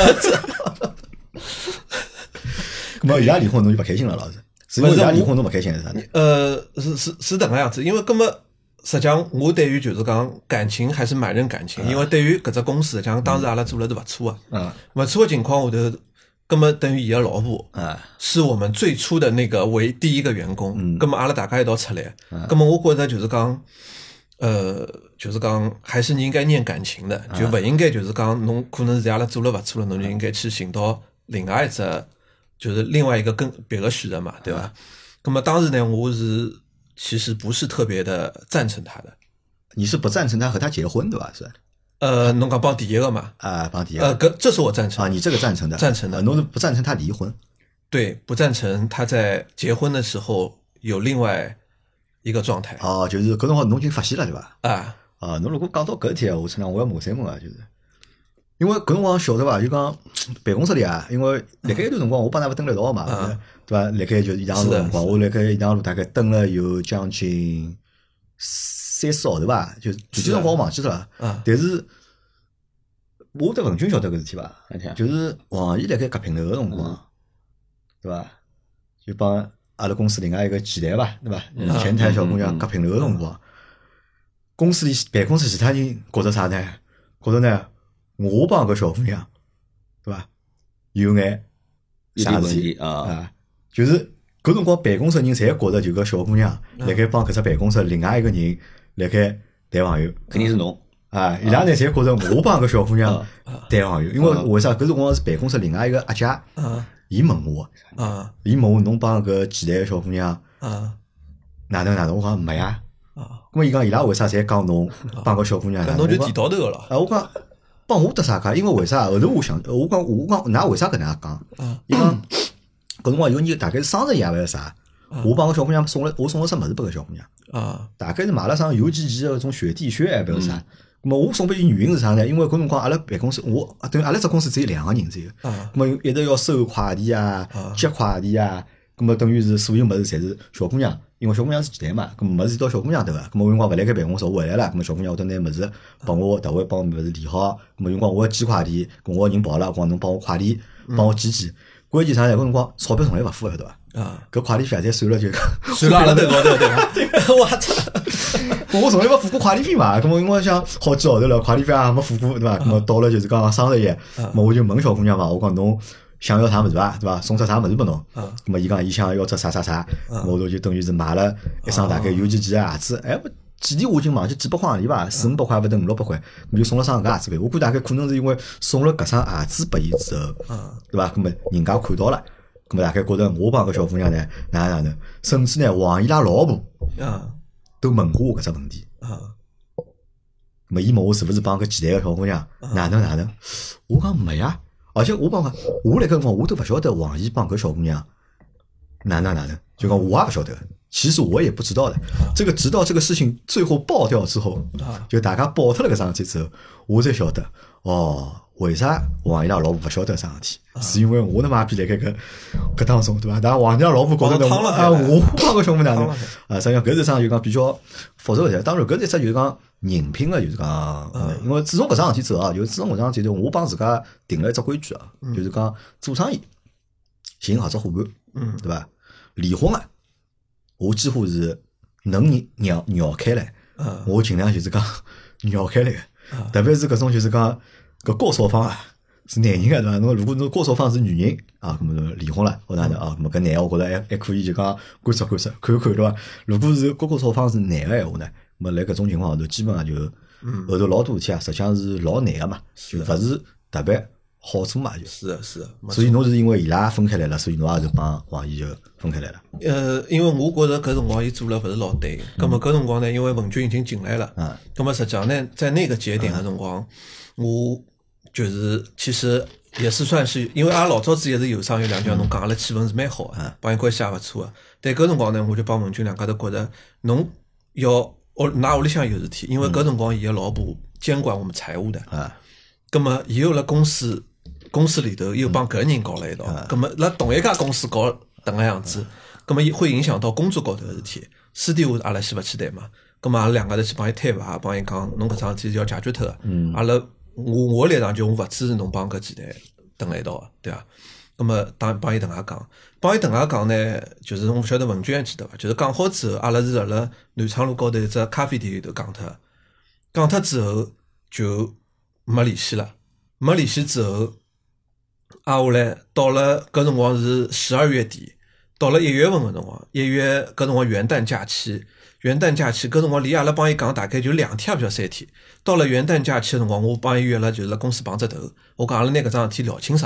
咾么伊拉离婚侬就勿开心了，老师？是因为伊拉离婚侬勿开心还是啥呢？ 是迭个样子，因为搿么实际上我对于就是讲感情还是蛮认感情，因为对于搿只公司，像当时阿拉做了是勿错个，勿错个情况下头。咁么等于伊个老婆是我们最初的那个为第一个员工，咁么阿拉大家一道出来，咁么我觉着就是讲，就是讲还是你应该念感情的，就勿应该就是讲侬可能是阿拉做了勿错了，侬就应该去寻到另外一只，就是另外一个更别个选择嘛，对吧？咁么当时呢，我是其实不是特别的赞成他的， 你是不赞成他和他结婚对吧？是侬讲帮第一个嘛？ 帮第一个这是我赞成你这个赞成的， 赞成的。 侬是不赞成他离婚？ 对，不赞成他在结婚的时候有另外一个状态。 就是搿辰光侬已经发现了对伐？侬如果讲到搿事体我出来我要骂三问啊，就是因为搿辰光晓得伐？就讲办公室里因为辣盖一段辰光我帮他们蹲辣一道嘛，对伐？辣盖就是一堂路辰光，我辣盖一堂路大概蹲了有将近30号头吧，就具体辰光我忘记脱了。但是我对文军晓得搿事体伐？就是王毅辣盖隔平头个辰光，对伐？就帮阿拉公司另外一个前台吧，对伐？前台小姑娘隔平头个辰光，公司里办公室其他人觉着啥呢？觉着呢，我帮搿小姑娘，对伐？有眼啥事体就是搿辰光办公室人侪觉着就搿小姑娘辣盖帮搿只办公室另外一个人辣盖谈朋友， 肯定是侬伊拉呢侪觉着我帮搿小姑娘谈朋友，因为为啥？搿辰光是办公室另外一个阿姐，伊问我，伊问我侬帮搿前台小姑娘哪能？我讲没呀。咁伊讲伊拉为啥侪讲侬帮搿小姑娘？ 侬就地道头个了。 我讲帮我得啥介？因为为啥？后头我讲，㑚为啥搿能介讲？伊讲搿辰光有人大概是生日夜还是啥？我帮搿小姑娘送了啥物事拨搿小姑娘？大概是买了上有几件搿种雪地靴，不是啥。咁么我送拨伊原因是啥呢？因为搿辰光阿拉办公室，我等于阿拉只公司只有2个人只有。咁么一直要收快递接快递咁么等于是所有物事侪是小姑娘，因为小姑娘是前台嘛，咁么物事到小姑娘头个，咁么有辰光勿辣盖办公室，我回来了，咁么小姑娘会得拿物事帮我特会帮物事理好，咁么有辰光我要寄快递，咁我人跑了，我讲侬帮我快递帮我寄。关键啥呢？搿辰光钞票从来勿付个对伐？搿快递费侪算了就算了阿拉头高头对伐？我操！ 我从来没付过快递费嘛，咁么因为想好几号头了，快递费也没付过对伐？咁么到了就是讲生日夜，咁我就问小姑娘嘛，我讲侬想要啥物事伐？对伐？送只啥物事拨侬？咁么伊讲伊想要只啥，我就等于是买了一双大概有几件鞋子，几钿我已经忘记几百块行钿吧，400-500块勿等500-600块，咁就送了双搿鞋子拨伊。我估大概可能是因为送了搿双鞋子拨伊之后，对伐？咁么人家看到了，咁么大概觉得我帮搿小姑娘呢哪能，甚至呢王伊拉老婆都问过我搿只问题。咁么伊问我是勿是帮搿前台个小姑娘哪能？我讲没呀，而且我辣搿辰光我都勿晓得王毅帮搿小姑娘哪能，就讲我也勿晓得。其实我也不知道的，这个直到这个事情最后爆掉之后，就大家爆脱了搿桩事体之后，我才晓得为啥王伊拉老婆勿晓得桩事体，是因为我他妈逼辣盖搿当中对伐？但王伊拉老婆觉得我帮搿小姑娘实际上搿是桩就讲比较复杂的。当然搿是一只就是讲人品个，就是讲，因为自从搿桩事体之后就自从搿桩事体我帮自家定了一只规矩就是讲做生意寻合作伙伴，对伐？离婚我几乎是能绕开来，我尽量就是讲绕开来个，特别是搿种就是讲搿高烧方是男人个对伐？侬如果侬高烧方是女人搿么离婚了或哪能搿么搿男个我觉着还可以就讲观察看对伐？如果是高烧方是男个闲话呢，搿么辣搿种情况下头基本上就后头老多事体实际上是老难个嘛，就勿是特别好做嘛， 是的， 所以侬是因为伊拉分开来了，所以侬也就帮王毅就分开来了。 因为我觉着搿辰光伊做了勿是老对，葛末搿辰光呢，因为文军已经进来了，葛末实际上呢，在那个节点的辰光，我就是其实也是算是，因为阿拉老早子也是有商有量，就像侬讲阿拉气氛是蛮好的，帮伊关系也勿错的。但搿辰光呢，我就帮文军两家头觉着，侬要㑚屋里向有事体，因为搿辰光伊个老婆监管我们财务的，葛末伊又辣公司里头又帮搿人搞了一道，葛末辣同一家公司搞等个样子，葛末会影响到工作高头个事体。私底下阿拉先勿去谈嘛，葛末阿拉两家头去帮伊谈伐，帮伊讲侬搿桩事体是要解决脱个。阿拉我立场就我勿支持侬帮搿几代等辣一道个，对伐？葛末帮伊等下讲呢，就是我勿晓得文娟还记得伐？就是讲好之后，阿拉是辣南昌路高头一只咖啡店里头讲脱之后就没联系了，没联系之后。下来到了搿辰光是12月底，到了1月份个辰光，1月搿辰光元旦假期搿辰光离阿拉帮伊讲大概就2天或者3天。到了元旦假期个辰光，我帮伊约了就是辣公司碰只头，我讲阿拉拿搿桩事体聊清爽。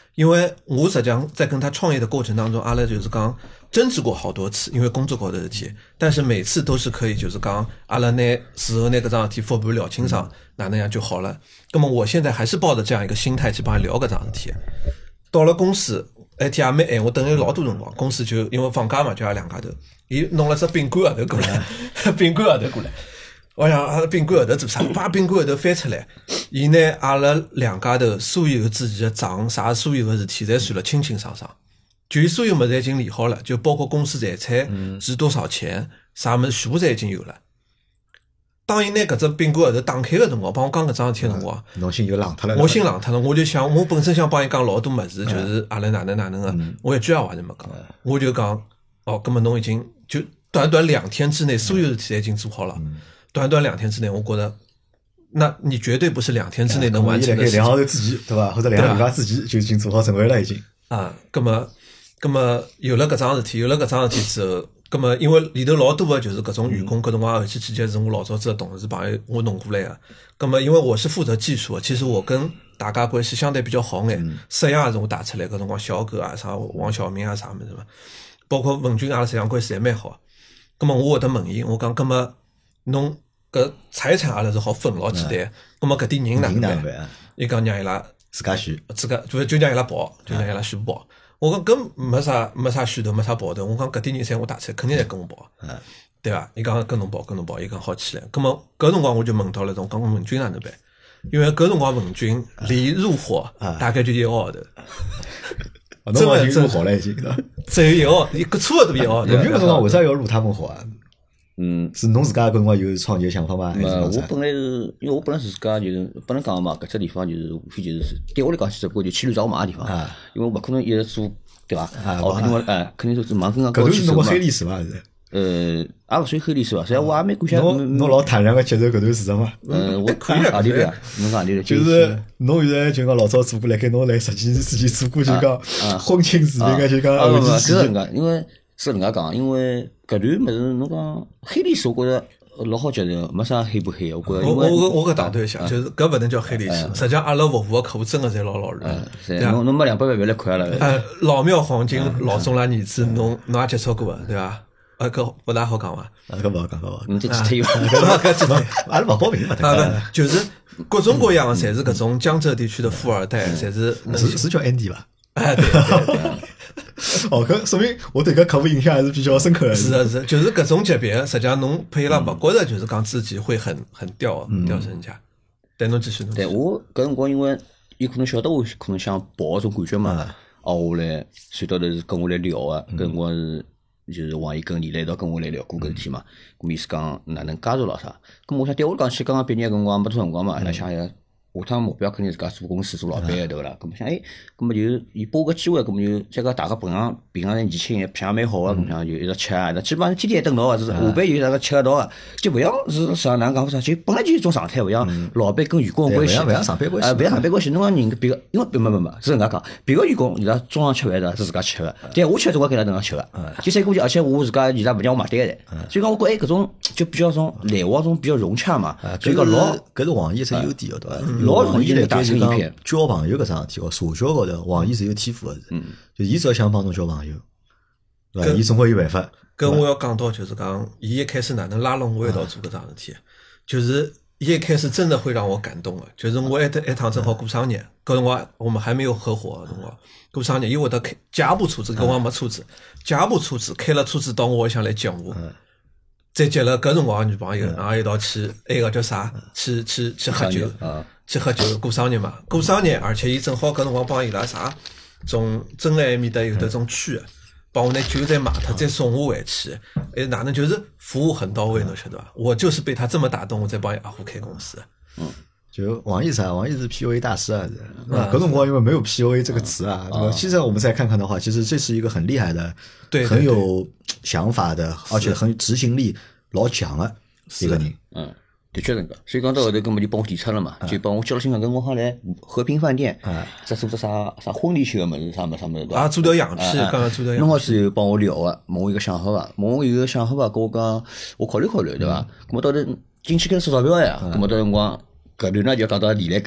因为我实际上在跟他创业的过程当中，阿拉就是讲争执过好多次，因为工作高头事体，但是每次都是可以就是讲阿拉拿事后拿搿桩事体复盘聊清爽，哪能样就好了。那么我现在还是抱着这样一个心态去帮伊聊搿桩事体。到了公司，那天也蛮晚，我等了老多辰光，公司就因为放假嘛，就阿两家头，伊弄了只饼干盒头过来，饼干盒头过来。我想阿拉饼干盒头做啥？把饼干盒头翻出来，伊拿阿拉两家头所有之前的账啥所有的事体，侪算了清清爽爽。就所有物事已经理好了，就包括公司财产值多少钱，啥物事全部侪已经有了。当伊拿搿只饼干盒头打开个辰光，帮我讲搿桩事体个辰光， 侬心就冷脱了。 我心冷脱了，我就想，我本身想帮伊讲老多物事，就是阿拉哪能个，我一句闲话都没讲，我就讲，哦，葛末侬已经就短短2天之内，所有事体已经做好了。短短2天之内，我觉得，那你绝对不是2天之内能完成的事情。 2号头之前，对吧？或者2个礼拜之前就已经做好准备了，已经。 啊，葛么有了搿桩事体之后，葛么因为里头老多个就是搿种员工，搿辰光后期期间是我老早子的同事朋友我弄过来个。葛么因为我是负责技术的，其实我跟大家关系相对比较好眼，摄像也是我带出来，搿辰光小狗啊啥王小明啊啥物事嘛，包括文军阿拉实际上关系也蛮好。葛么我会得问伊，我讲葛么侬搿财产阿拉是好分老简单，葛么搿点人哪能办？伊讲让伊拉自家选， 就让伊拉跑，就让伊拉选跑。我讲搿没啥选头，没啥跑头。我讲搿点人侪我带出来，肯定得跟我跑，对伐？伊讲跟侬跑，伊讲好起来。葛么搿辰光我就问到了，讲文军哪能办？因为搿辰光文军离入伙大概就1个号头。 真的入伙了已经， 只有1个号，搿差勿多1个号头。 文军搿辰光为啥要入他们伙啊？是侬自家搿辰光有创业想法伐？ 我本来是，因为我本来是自家就是不能讲嘛，搿只地方就是无非就是对我来讲，只不过就骑驴找马个地方，因为我勿可能一直做，对伐？因为肯定是忙跟上高去搿段是侬黑历史伐？是？ 也勿算黑历史伐？实际上我也蛮感谢。 侬老坦然个接受搿段事实嘛？ 我可以啊，对个，侬讲对个， 就是侬现在就讲老早做过来，跟侬来实际之前做过就讲婚庆视频个就讲后期是搿能介，因为是搿能介讲，因为搿段物事侬讲黑历史，我觉着老好接受，没啥黑不黑，我觉着。 我搿打断一下，就是搿勿能叫黑历史，实际上阿拉服务个客户真个侪老老实。 侬没200万勿要来看阿拉。 老庙黄金老总拉儿子，侬也接触过个对伐？搿勿大好讲伐？ 搿勿好讲，搿侬再去推伐？ 搿记嘛，阿拉勿报名嘛。 就是各种各样个，侪是搿种江浙地区的富二代，侪是叫 Andy 伐？ 对。 哦，搿说明我对搿客户印象还是比较深刻的。 是，就是搿种级别，实际上侬配伊拉勿觉着就是讲自己会很掉身价。但侬继续。 对我搿辰光，因为伊可能晓得我可能想跑搿种感觉嘛，我来随到头是跟我来聊个，搿辰光是就是王毅跟李来一道跟我来聊过搿事体嘛。咁意思讲哪能加入咾啥？咁我想对我讲起刚刚毕业搿辰光没多辰光嘛，伊拉想下趟目标肯定自家做公司做老板个对勿啦？咁么想咁么就伊拨个机会，咁么就再讲大家平常年轻人品相蛮好个，咁想就一直吃啊，基本上天天一顿道个，是下班就大家吃得到个，就勿像是啥哪能讲法，就本来就是一种常态，勿像老板跟员工关系， 勿像上班关系， 勿像上班关系。侬讲人别个，因为没是搿能介讲，别个员工伊拉中上吃饭是自家吃个，但我吃总归跟伊拉等上吃个，就三过节，而且我自家伊拉勿让我买单个，所以讲我觉搿种就比较种来往中比较融洽嘛，所以讲搿是网易只优点对伐？ 老容易来打成一片。交朋友搿桩事体哦，社交高头，网易是有天赋个是，就伊只要想帮侬交朋友，对伐？伊总归有办法。 跟我要讲到就是讲，伊一开始哪能拉拢我一道做搿桩事体，就是伊一开始真的会让我感动个，就是我一趟正好过生日，搿辰光我们还没有合伙辰光，过生日伊会得开加部车子，搿辰光没车子，加部车子开了车子到我里向来接我。再接了搿辰光女朋友，然后一道去那个叫啥？去喝酒，去喝酒过生日嘛。过生日，而且伊正好搿辰光帮伊拉啥，从真爱面搭有得种区，帮我拿酒再买脱，再送我回去。哪能就是服务很到位，侬晓得伐？我就是被他这么打动，我再帮伊阿虎开公司。 就网易啥？网易是 PUA 大师啊！搿辰光因为没有 PUA 这个词啊，其实我们再看看的话，其实这是一个很厉害的、很有想法的，而且很执行力老强的一个人。 的确是个，所以讲到后头根本就帮我提出了嘛，就帮我叫了新闻跟我好来和平饭店，再做只啥婚礼秀个物事，啥物事对伐？ 做条样片，刚刚做条样片。 弄好之后帮我聊个，问我一个想法伐？问我有个想法伐？跟我讲，我考虑考虑，对伐？咁么到头进去开始收钞票呀，咁么到辰光。搿段呢就讲到李来跟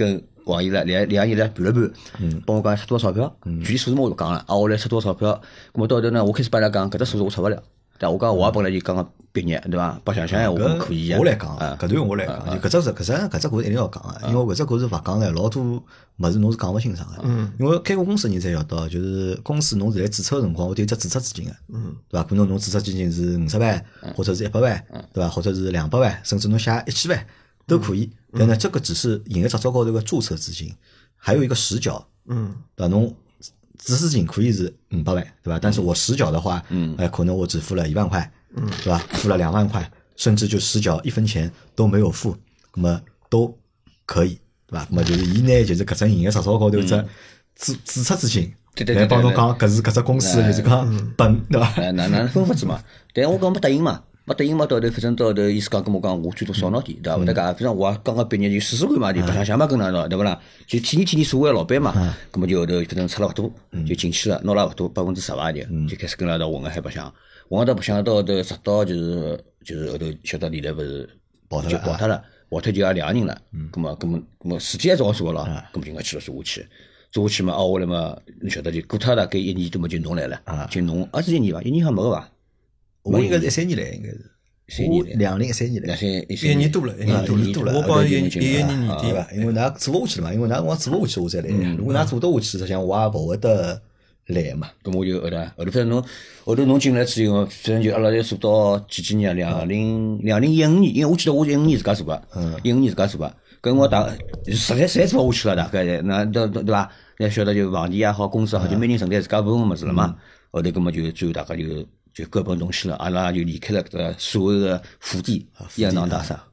网易来两个人盘了盘，帮我讲出多少钞票，具体数字我就讲了，我来出多少钞票，咁么到头呢，我开始帮伊拉讲搿只数字我出勿了。但我讲我也本来就刚刚毕业，对伐？白相相我可以。 我来讲，搿段我来讲，就搿只故事一定要讲个，因为搿只故事勿讲呢，老多物事侬是讲勿清爽个。因为开过公司人才晓得，就是公司侬现在注册个辰光，会有只注册资金个，对伐？可能侬注册资金是50万，或者是100万，对伐？或者是200万，甚至侬写1000万都可以。但呢，这个只是营业执照高头个注册资金，还有一个实缴，对伐？侬注册金可以是500万，对吧？但是我实缴的话，可能我只付了1万块，对吧？付了2万块，甚至就实缴1分钱都没有付，那么都可以，对吧？那么就是伊呢，就是搿只营业执照高头只注册资金，来帮侬讲搿是搿只公司就是讲本，对吧？ 哪分法子嘛？但我讲没答应嘛。没答应嘛，到头反正到头意思讲跟我讲，我最多少拿点，对伐？勿得讲，反正我刚刚毕业就试试看嘛，就白相相嘛，跟哪道，对勿啦？就体验社会老板嘛，咁么就后头反正出了勿多，就进去了，拿了勿多10%伐就开始跟阿拉道混个海白相，混个到白相到后头直到就是后头晓得李来勿是跑脱了，跑脱就也2个人了，咁么事体还是我做个咯，咁么就应该去了做下去嘛，后来嘛，侬晓得就过脱大概1年多嘛就侬来了，就侬是1年伐？1年还没个伐？ 我应该是13年来，应该是。我2013年来 ，1年多了，我帮11年年底吧，因为㑚做勿下去了嘛，因为㑚辰光做勿下去，我才来。如果㑚做得下去，实际上我也勿会得来嘛。 咁我就后头反正后头侬进来之后，反正就阿拉要做到几年啊？2015年，因为我记得我是15年自家做个，15年自家做个，跟我实在做勿下去了，大概那对伐？那晓得就房地也好，公司也好，就每人承担自家部分物事了嘛。后头搿么就最后大家就各奔东西了，阿拉就离开了搿个所谓的福地雁荡大厦，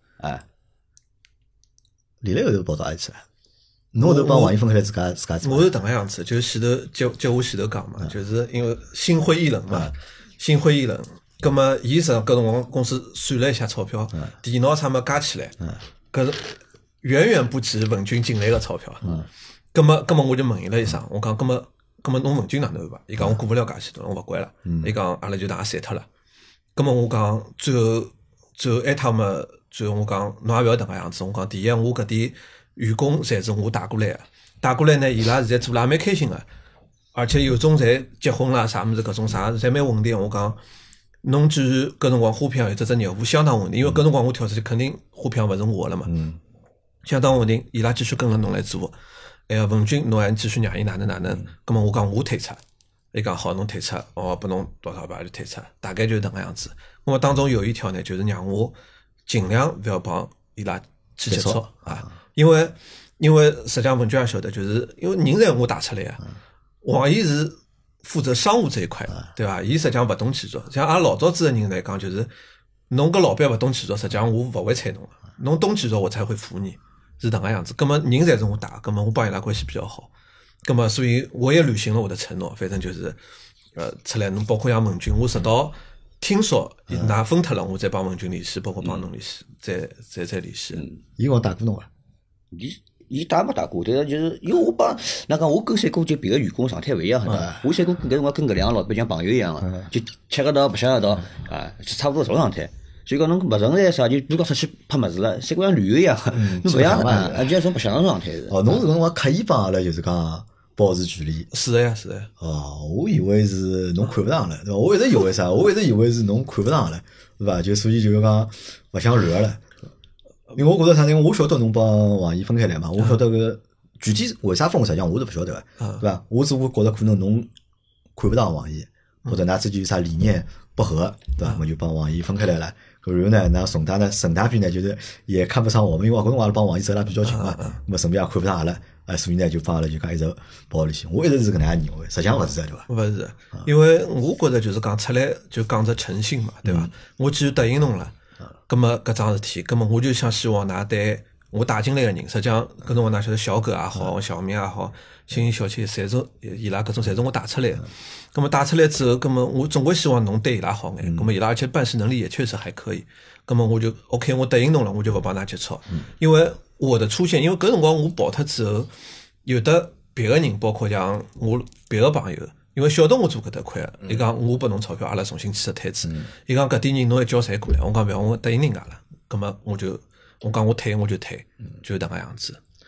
离了后头跑到哪里去了？侬后头帮网易分开来自家做？ 我是迭个样子，就是前头接我前头讲嘛，就是因为心灰意冷嘛，心灰意冷。葛么伊实际上搿辰光公司算了一下钞票，电脑啥么加起来，搿是远远不止文军进来个钞票。葛么我就问伊了一声，我讲葛么侬文军哪能办？伊讲我过勿了介许多，我勿管了。伊讲阿拉就大家散脱了。葛么我讲最后埃趟嘛，最后我讲侬也勿要迭个样子。我讲第一，我搿点员工侪是我带过来个，带过来呢，伊拉现在做了也蛮开心个，而且有种侪结婚啦，啥物事搿种啥侪蛮稳定。我讲侬既然搿辰光花票有只业务相当稳定，因为搿辰光我跳出去肯定花票勿是我了嘛，相当稳定，伊拉继续跟了侬来做。哎呀，文军侬还继续让伊哪能？葛么我讲我退出，伊讲好侬退出，拨侬多少吧就退出，大概就是迭个样子。那么当中有一条呢，就是让我尽量勿要帮伊拉去接触啊，因为实际上文军也晓得，就是因为人侪我带出来啊，网易是负责商务这一块，对伐？伊实际上勿懂技术，像阿拉老早子的人来讲，就是侬搿老板勿懂技术，实际上我勿会睬侬个，侬懂技术我才会服你。是迭个样子，葛么人侪是我带，葛么我帮伊拉关系比较好，葛么所以我也履行了我的承诺，反正就是出来侬包括像文军，我直到听说㑚分脱了，我再帮文军联系，包括帮侬联系，再联系。 伊讲带过侬啊？ 伊带没带过，但是就是因为我帮那讲我跟三哥就别个员工常态勿一样，我三哥搿辰光跟搿两个老板像朋友一样个，就吃个道白相个道就差勿多搿种状态。所以讲侬勿存在啥，就比如讲出去拍物事了，像像旅游一样，侬勿像就像种白相个状态是。 侬是搿辰光刻意帮阿拉就是讲保持距离。 是的呀。 我以为是侬看勿上了，对伐？我一直以为啥？我一直以为是侬看勿上了，对伐？就所以就是讲勿想聊了。因为我觉着啥呢？我晓得侬帮网易分开来嘛，我晓得个具体为啥分，实际上我是勿晓得个，对伐？我只会觉得可能侬看勿上网易，或者㑚之间有啥理念不合，对伐？我就帮网易分开来了。然后呢，那顺大边呢，就是也看不上我们，因为搿辰光帮网易走了比较近嘛，那么顺便也看不上阿拉，所以呢就帮阿拉就讲一直保联系。我一直是搿能样认为，实际上勿是对伐？ 勿是，因为我觉着就是讲出来就讲着诚信嘛，对伐？我既然答应侬了，葛么搿桩事体，葛么我就想希望㑚对我带进来个人，实际上搿辰光㑚晓得小葛也好，小明也好，青青小青，侪是伊拉搿种侪是我带出来个。咁么带出来之后，咁么我总归希望侬对伊拉好眼，咁么伊拉而且办事能力也确实还可以，咁么我就 OK， 我答应侬了，我就勿帮㑚接触，因为我的出现，因为搿辰光我跑脱之后，有的别个人，包括像我别个朋友，因为晓得我做搿搭块，伊讲我拨侬钞票，阿拉重新起个摊子，伊讲搿点人侬一叫侪过来，我讲勿要，我答应人家了，咁么我讲我退我就退，就是迭个样子。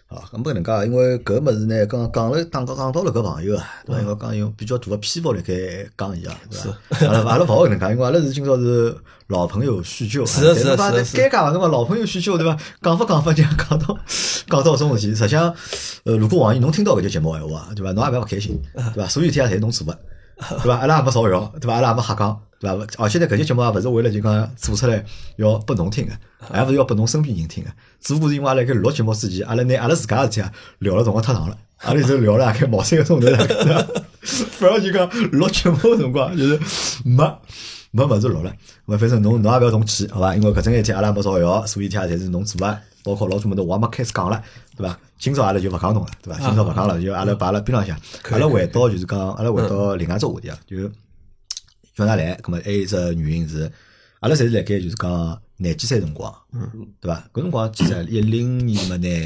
啊，搿么搿能介，因为搿物事呢，讲到了搿朋友啊，对伐？因为讲有比较大个篇幅辣盖讲伊啊，对伐？阿拉勿好搿能介，因为阿拉是今朝是老朋友叙旧， 是的尴尬对伐？老朋友叙旧对伐？讲法就讲到搿种事体，实际上，如果网易侬听到搿节节目闲话，对伐？侬也勿要开心，对伐？所有天也侪侬做个，对伐？阿拉也没造谣，对伐？阿拉也没瞎讲。对伐？而且呢，搿节节目也勿是为了就讲做出来要拨侬听个，也勿是要拨侬身边人听个。只不过是因为阿拉盖录节目之前，阿拉拿阿拉自家事体啊聊了辰光太长了，阿拉就聊了大概毛3个钟头了。反而就讲录节目个辰光就是没物事录了。反正侬也勿要动气，好伐？因为搿整一天阿拉没造谣，所有天侪是侬做个，包括老多物事我也没开始讲了，对伐？今朝阿拉就勿讲侬了，对伐？今朝勿讲了，就阿拉摆辣边浪向。阿拉回到就是讲，阿拉回到另外一只话题啊，就。叫㑚来，葛末还有一只原因是，阿拉侪是辣盖就是讲廿几岁辰光，对伐？搿辰光几岁？10年嘛呢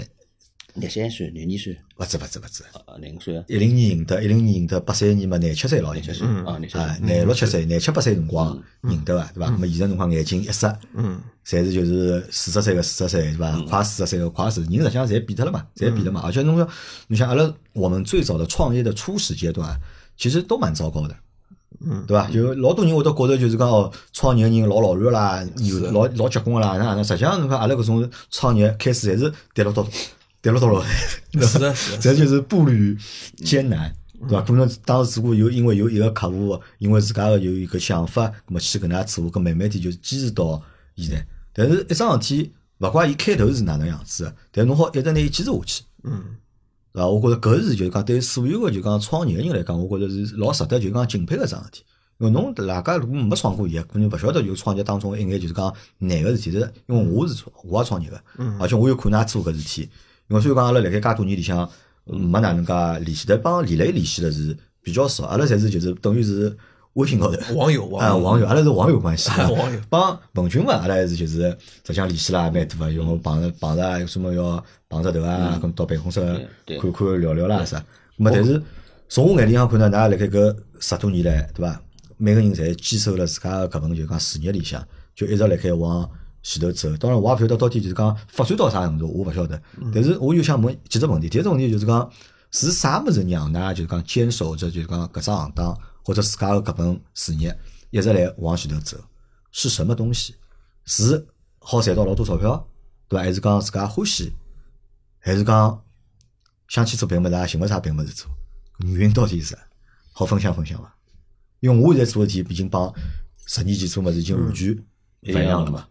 ？23岁、22岁？ 勿止 ，05岁啊 ？10年认得83年嘛，27岁咯，27 岁啊 ，26、27岁、27、8岁辰光认得个，对伐？葛末现在辰光眼睛一眨，侪是就是40岁个40岁，对伐？快40岁个快40，人实际上侪变脱了嘛，而且侬想阿拉我们最早的创业的初始阶段，其实都蛮糟糕的。对伐？就老多人会得觉得就是讲哦，创业人老软啦，老结棍个啦，那实际上侬看阿拉搿种创业开始侪是跌落到落， 是的， 这就是步履艰难，对伐？可能当时如果因为有一个客户，因为自家个有一个想法，咁么去搿能做，搿慢慢地就坚持到现在。但是一桩事体，勿怪伊开头是哪能样子，但侬好一直拿伊坚持下去。对伐？我觉着搿是就是讲对所有个就讲创业个人来讲，我觉着是老值得就讲敬佩个桩事体。因为侬大家如果没创过业，可能勿晓得就创业当中一眼就是讲难个事体。是因为我也创业个，而且我有看㑚做搿事体。因为虽然讲阿拉辣盖介多年里向没哪能介联系，但帮李磊联系的是比较少。阿拉侪是就是等于是微信高头网友， 阿拉是网友关系。 网友帮文群嘛，阿拉还是就是实际上联系啦蛮多个，因为碰着有什么要碰着头啊，咁到办公室看看聊聊啦啥。咁但是从我眼里向看呢，㑚辣盖搿10多年来，对伐？每个人侪坚守了自家个搿份就讲事业里向，就一直辣盖往前头走。当然我也勿晓得到底就是讲发展到啥程度，我勿晓得。但是我就想问几只问题。第一只问题就是讲是啥物事让㑚就是讲坚守着就是讲搿只行当或者自家个搿份事业一直来往前头走？是什么东西？是好赚到老多钞票，对伐？还是讲自家欢喜？还是讲想去做别物事，也寻勿啥别物事做？原因到底是啥？好分享伐？因为我现在做的事体已经帮10年前做物事已经完全勿一样了嘛。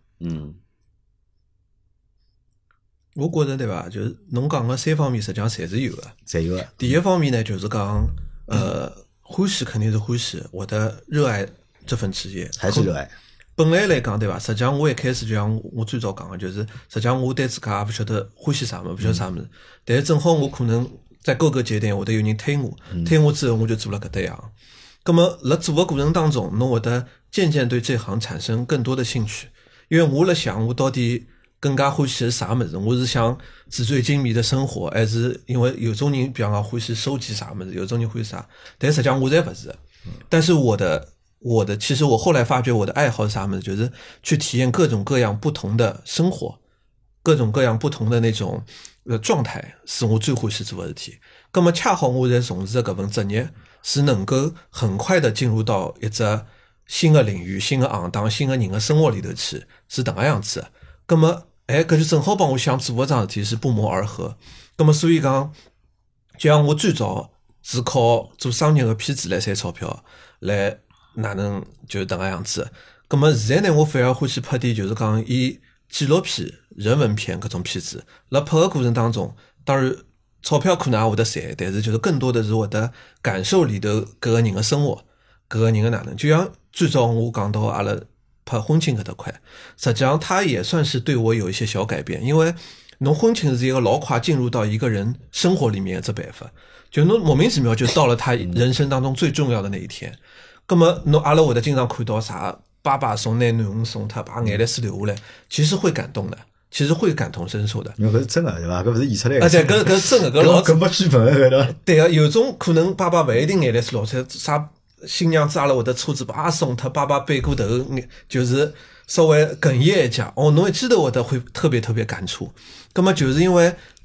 我觉着对伐？就是侬讲个3方面，实际上侪是有的。第一方面呢，就是讲欢喜肯定是欢喜，我的热爱这份职业， 还是热爱。 本来来讲对伐？实际上我一开始就像我最早讲个，就是实际上我对自家也勿晓得欢喜啥物事，勿晓得啥物事。但是正好我可能在各个节点会得有人推我之后我就做了搿搭样。那么辣做的过程当中，侬会得渐渐对这行产生更多的兴趣。因为我辣想我到底更加欢喜是啥物事？我是想纸醉金迷的生活，还是因为有种人比方讲欢喜收集啥物事，有种人欢喜啥？但实际上我侪勿是。但是我的其实我后来发觉我的爱好是啥物事？就是去体验各种各样不同的生活，各种各样不同的那种状态，是我最欢喜做的事体。那么恰好我在从事的搿份职业是能够很快的进入到一只新的领域、新的行当、新的人的生活里头去，是迭个样子的。那么搿就正好帮我想做的桩事体是不谋而合。那么所以讲，就像我最早是靠做商业的片子来赚钞票，来哪能就迭个样子。那么现在呢，我反而欢喜拍点就是讲以纪录片、人文片搿种片子。辣拍的过程当中，当然钞票可能也会得赚，但是就是更多的是会得感受里头搿个人的生活，搿个人的哪能。就像最早我讲到阿拉拍婚庆搿搭块，实际上它也算是对我有一些小改变。因为侬婚庆是一个老快进入到一个人生活里面的这办法，就侬莫名其妙就到了他人生当中最重要的那一天。那么侬阿拉会得经常看到啥爸爸送囡囡送他把眼泪水流下来，其实会感动的，其实会感同身受的。 因为搿是真的对伐？搿勿是演出来的。 对，搿真的，搿老搿没剧本对伐？ 对啊，有种可能爸爸勿一定眼泪水流出来，啥新娘子阿拉会得车子把送他，爸爸背过头，就是稍微哽咽一下，哦，侬一记头会得会特别特别感触。那么就是因为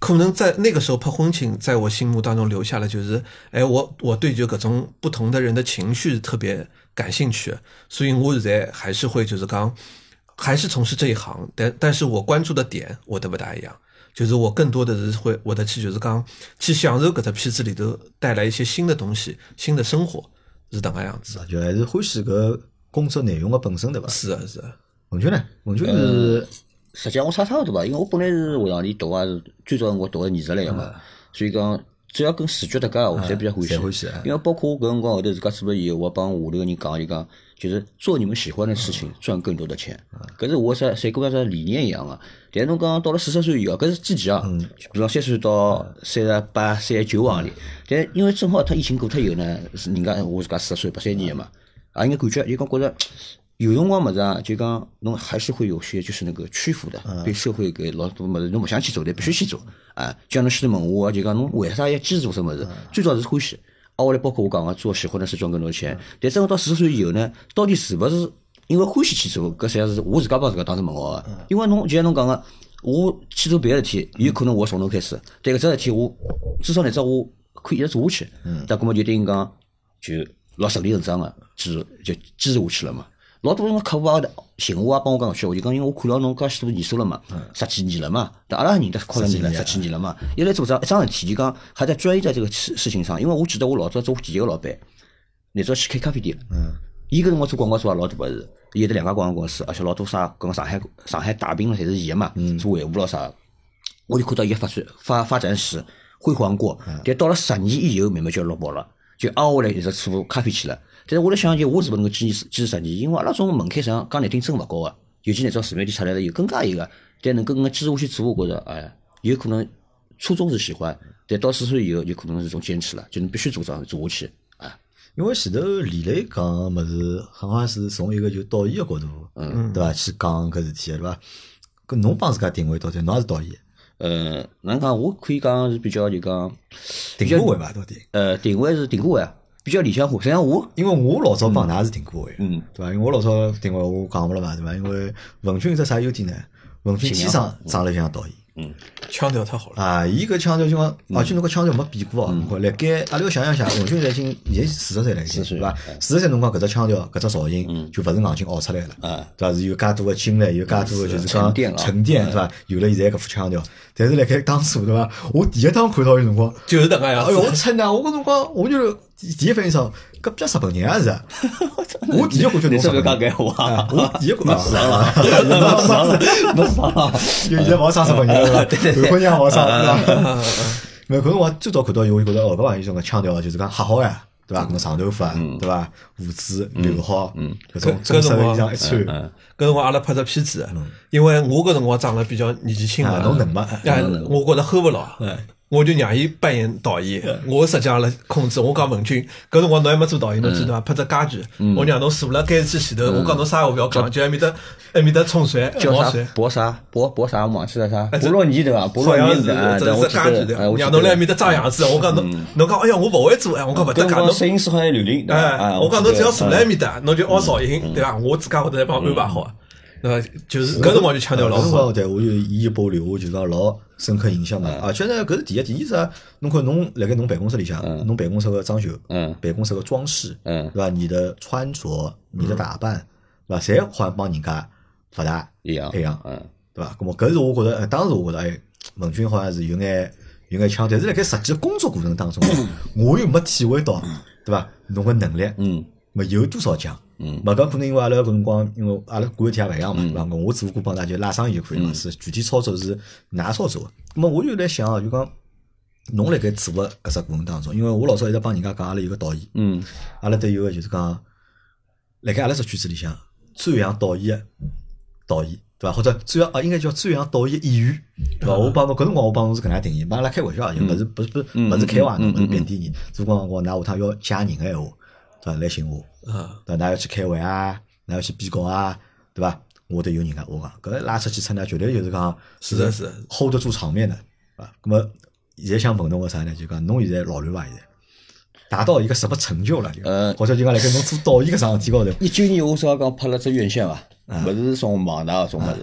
可能在那个时候拍婚庆，在我心目当中留下了就是，我对就各种不同的人的情绪特别感兴趣，所以我现在还是会就是讲，还是从事这一行，但是我关注的点我都不大一样，就是我更多的是会我的去就是讲去享受搿只片子里头带来一些新的东西、新的生活，是这个样子。 就还是欢喜搿工作内容的本身对伐？ 是啊是啊。 文军呢？文军是。 实际上我差勿多吧，因为我本来是学堂里读啊，是最早我读个艺术类个嘛，所以讲只要跟视觉搭界我侪比较欢喜。因为包括我搿辰光后头自家做了以后，我帮下头个人讲，就讲就是做你们喜欢的事情，赚更多的钱。搿是我三个啥理念一样个。但是侬讲到了40岁以后，搿是之前啊，比方30岁到38、39行里，但因为正好他疫情过脱以后呢，是人家我自家40岁83年个嘛，也应该感觉就讲觉着。有辰光么子啊，就讲侬还是会有些就是那个屈服的，对社会给老多么子侬勿想去做，但必须去做啊。就像侬前头问我，就讲侬为啥要坚持做什么事？最主要是欢喜。后来包括我讲个做喜欢的事赚更多的钱。但真个到40岁以后呢，到底是勿是因为欢喜去做？搿实际上是我自家帮自家当成问号个。因为侬就像侬讲个，我去做别个事体，有可能我从头开始，但搿只事体我至少那只我可以一直做下去。但搿么就等于讲就老顺理成章个就坚持下去了嘛。老多人客户啊寻我啊帮我讲句话，就讲因为我看到侬介许多年数了嘛，10几年了嘛，但阿拉认得快了年了，17年了嘛，一来做一桩事体，就讲还在专一在这个事情上。因为我记得我老早做第一个老板，那早去开咖啡店，伊搿辰光做广告做也老大个事，伊有得2家广告公司，而且老多啥跟上海打拼了侪是伊个嘛，做维护咯啥，我就看到伊发展史辉煌过，但到了10年以后，慢慢就要落寞了，就挨下来一直做咖啡去了。但是我来想，就我是勿能够坚持10年，因为阿拉种门槛上讲难听真勿高个，尤其那种自媒体出来了以后更加一个，但能够坚持下去做，我觉着哎，有可能初衷是喜欢，但到40岁以后有可能是种坚持了，就侬必须做下去啊。 因为前头李磊讲物事，好像是从一个就导演个角度，对伐？去讲搿事体，对伐？搿侬帮自家定位到底，侬也是导演？ 哪能讲？我可以讲是比较就讲定过位伐？到底？ 定位是定过位啊。比较理想化，实际上因为我老早帮㑚是定过位，对伐？因为我老早定位我讲过了嘛，对伐？因为文军有只啥优点呢？文军天生长得像导演， 腔调太好了啊！伊搿腔调就讲，而且侬搿腔调没变过哦。辣盖阿拉要想象一下，文军现在40岁了，对伐？40岁侬讲搿只腔调、搿只造型，就勿是硬劲熬出来了，对伐？是有介多个经历，有介多个就是讲沉淀，对伐？有了现在搿副腔调，但是辣盖当初，对伐？我第一趟看到伊辰光， 就是搿能样子。 哎哟，我操呐！我搿辰光我就是第一反应上，搿不叫日本人啊是？我第一感觉侬是讲搿话， 我第一感觉是了，侬是了， 就现在勿上日本人了，日本人勿上，对伐？没有，可能我最早看到伊，我就觉得哦，搿玩意种个腔调就是讲还好呀，对伐？搿长头发，对伐？胡子留好，搿种中式衣裳一穿， 搿辰光阿拉拍只片子，因为我搿辰光长得比较年纪轻嘛， 侬能嘛？ 我觉得 hold 勿牢。我就让伊扮演导演，我实际上来控制。我讲文军，搿辰光侬还没做导演，侬记得伐？拍只家具，我让侬坐辣监视器前头，我讲侬啥话勿要讲，就埃面搭冲水， 叫啥？博啥？博啥？我忘记了啥？博洛尼对伐？博洛尼的， 这是家具对伐？让侬辣埃面搭装样子，我讲侬讲，哎呀，我勿会做，哎，我讲勿得讲，侬摄影师好像刘玲， 哎，我讲侬只要坐辣埃面搭，侬就凹造型对伐？我自家会得帮安排好。就是搿辰光就强调老好， 对我就伊保留我就讲老深刻印象嘛。而且呢，搿是第一，第二是侬看侬辣盖侬办公室里向，侬办公室个装修，办公室个装饰，对伐？你的穿着，你的打扮，对伐？侪好像帮人家勿大一样，对伐？咾么搿是我觉得，当时我觉得，哎，文军好像是有眼腔，但是辣盖实际工作过程当中，我又没体会到，对伐？侬个能力，没有多少强。勿讲可能因为阿拉搿辰光，因为阿拉管事体也勿一样嘛，对伐？我只不过帮大家拉生意就可以嘛，是具体操作是哪操作？咁么我就来想就讲侬辣盖做个搿只过程当中，因为我老早一直帮人家讲，阿拉有个导演，阿拉都有个就是讲辣盖阿拉只圈子里向最像导演个导演，对伐？或者最像应该叫最像导演演员，对伐？我帮侬搿辰光我帮侬是搿能样定义，帮阿拉开玩笑，就勿是开玩笑，勿是贬低你，只不过我㑚下趟要加人个闲话，对伐？来寻我。对，㑚要去开会啊，㑚要去编稿啊，对伐？我得有人家，我讲搿拉出去出呢，绝对就是讲是 hold 得住场面的啊。咁么现在想问侬个啥呢？就讲侬现在老卵伐？现在达到一个什么成就了？或者就讲辣盖侬做导演搿桩事体高头。 19年我说讲拍了只院线伐，勿是从网大种物事啊。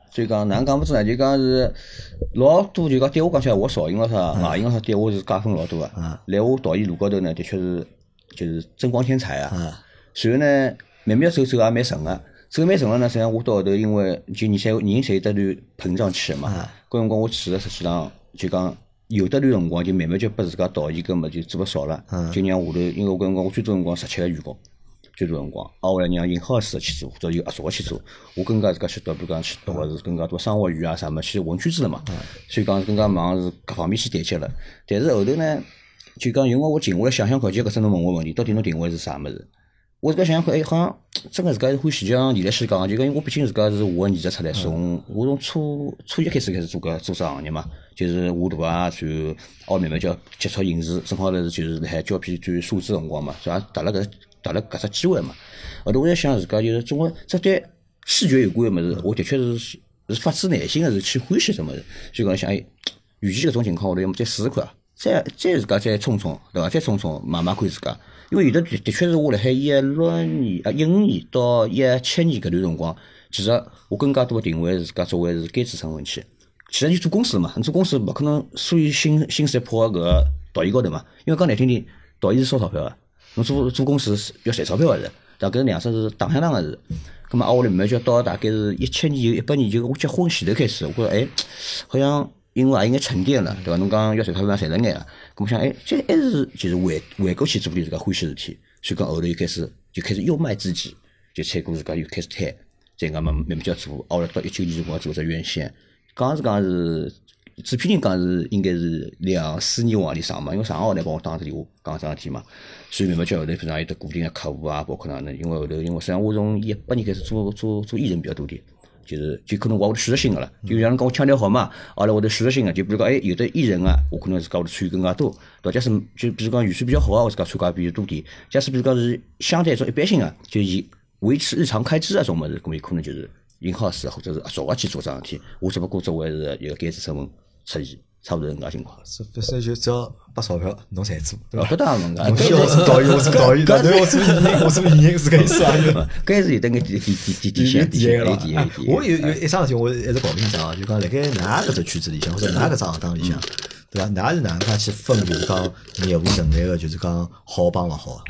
所以讲哪能讲勿知呢？就讲是老多就讲对我讲起来，我少赢了啥，外赢了啥，对我是加分老多个。来我导演路高头呢，的确是就是增光添彩啊。随后呢，慢慢走也蛮顺个，走蛮顺了呢。实际上我到后头，因为就人侪有得段膨胀期个嘛。搿辰光我去了，实际上就讲有得段辰光，就慢慢就拨自家导演搿么就做勿少了，就让下头，因为搿辰光我最多辰光17个员工。最多辰光，后来让in-house去做，或者有合作去做，我更加自家去读，比如讲去读个是更加多商学院啊啥么，去混圈子了嘛，所以讲更加忙是各方面去对接了。但是后头呢，就讲因为我静下来想想看，就搿只侬问我问题，到底侬定位是啥物事？我自家想想看，好像真个自家是欢喜，就像李来先讲，就讲因为我毕竟自家是画个艺术出来，我从初一开始做这行业嘛，就是画图啊，然后慢慢就要接触影视，正好是就是辣海胶片转数字辰光嘛，所以也搭了搿只机会嘛。后头我在想自家就是总归这对视觉有关个物事，我的确是发自内心个是去欢喜什物事，所以讲想与其搿种情况，我要么再试试看，再自家再冲冲，对伐？再冲冲，慢慢看自家。因为有的确是我辣海15年到17年搿段辰光，其实我更加多的定位是自家作为是监制身份去。其实就做公司嘛，你做公司勿可能所有心思扑搿个导演高头嘛，因为讲难听点，导演是烧钞票个。侬做公司是要赚钞票个是，但搿两只是打相当个是。葛末我来慢慢就到大概是17年、18年，就我结婚前头开始，我觉着好像因为也应该沉淀了，对伐？侬讲要赚钞票赚着眼了，葛末想这还是就是回过去做点自家欢喜事体，所以讲后头就开始又卖自己，就采过自家又开始摊，再讲慢慢就要做。后来到19年辰光做只院线，讲是制片人讲是应该是2、4年往里上嘛，因为上号来帮我打个电话讲桩事体嘛，所以慢慢叫后头非常有得固定的客户啊，包括哪能，因为实际上我从18年开始做艺人比较多点，就可能我选择性个了，就像跟我腔调好嘛，后来我选择性个，就比如讲有的艺人啊，我可能自家会参与更加多，对伐？假使就比如讲预算比较好啊，我自家参加比较多点，假使比如讲是相对一种一般性个，就以维持日常开支啊种物事，搿么有可能就是in-house或者是合作去做桩事体，我只不过作为是一个监制身份出现，差不多搿能介情况。 反正就只要拨钞票，侬才做，对伐？ 搿当然侬需要做导演，我做导演，对，我做艺人，我做艺人，是搿意思啊？ 搿是有得眼底线了。 我有一桩事体，我一直搞不清爽啊，就讲辣盖㑚搿只圈子里向，或者㑚搿只行当里向，对伐？㑚是哪能介去分，就是讲业务能力个，就是讲好帮勿好？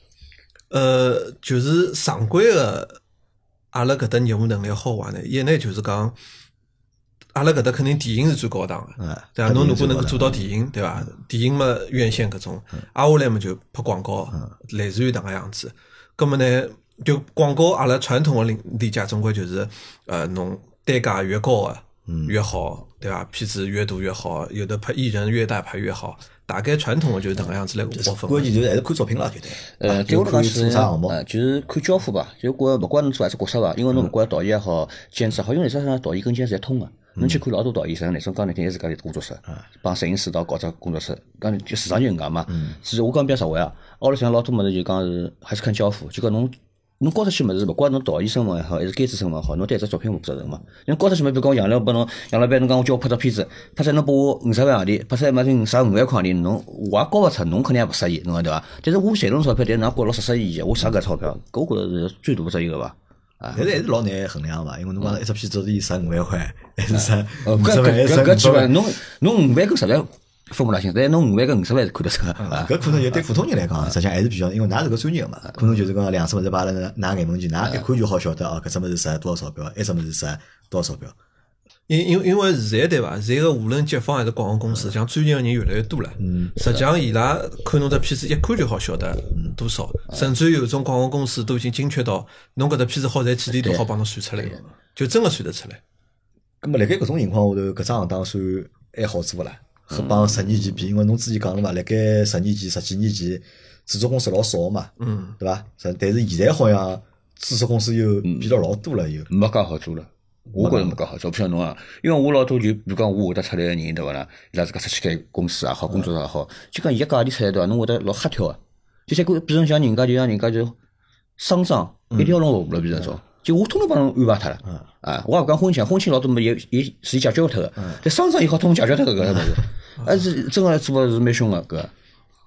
就是常规个，阿拉搿搭业务能力好坏呢，一呢就是讲。阿拉搿搭肯定电影是最高档个，对伐？侬如果能够做到电影，对伐？电影嘛，院线搿种，挨下来嘛就拍广告，类似于迭个样子。葛末呢，就广告，阿拉传统个理解总归就是，侬单价越高个越好，对伐？片子越多越好，有的拍艺人越大拍越好。大概传统个就是迭个样子来划分。 关键就是还是看作品啦，对对。 对我来讲是啥项目？ 就是看交付吧，就勿管侬做啥子角色伐，因为侬勿管导演也好，监制也好，因为实际上导演跟监制侪通个。侬去看老多导演，实际上那种讲难听，自家有工作室，帮摄影师到搞只工作室，讲就市场就搿能介嘛。其实我讲比较实惠啊，阿拉实际上老多物事就讲是还是看交付，就讲侬交出去物事，勿管侬导演身份也好，还是监制身份也好，侬对只作品负责任嘛。因为交出去嘛，比如讲杨老板侬讲我叫我拍只片子，拍出来侬拨我50万洋钿，拍出来嘛就55万块钿，侬我也交勿出，侬肯定也勿适意，侬讲对伐？但是我赚侬钞票，但是㑚觉老适意，我啥搿钞票，搿我觉着是最大的只一个伐。 但是还是老难衡量伐，因为侬讲一只片子是以15万块，还是搿基本侬5万跟10万分不大清，但侬5万跟50万是看得出个。 搿可能就对普通人来讲，实际上还是比较，因为㑚是个专业个嘛，可能就是讲两只物事摆辣㑚眼门前，㑚一看就好晓得哦，搿只物事值多少钞票，一只物事值多少钞票。 因为现在对伐？现在个无论甲方还是广告公司，像专业个人越来越多了。实际上伊拉看侬只片子一看就好晓得多少，甚至有种广告公司都已经精确到侬搿只片子好在几钿都好帮侬算出来，就真个算得出来。 咁么辣盖搿种情况下头，搿只行当算还好做勿啦？和帮10年前比，因为侬之前讲了嘛，辣盖10年前、10几年前，制作公司老少嘛，对伐？但是现在好像制作公司又变了老多了，又没介好做了。我觉着没介好做，不像侬啊，因为我老多就比如讲我会得出来个人对伐啦，伊拉自家出去开公司也好，工作也好，就讲伊个价钿出来对伐，侬会得老瞎挑个，就像比如像人家就商场一条龙服务了，比如说，就我统统帮侬安排脱了，我也勿讲婚庆老多么也是解决脱个，但商场也好统统解决脱搿个物事，是真个做个是蛮凶个搿。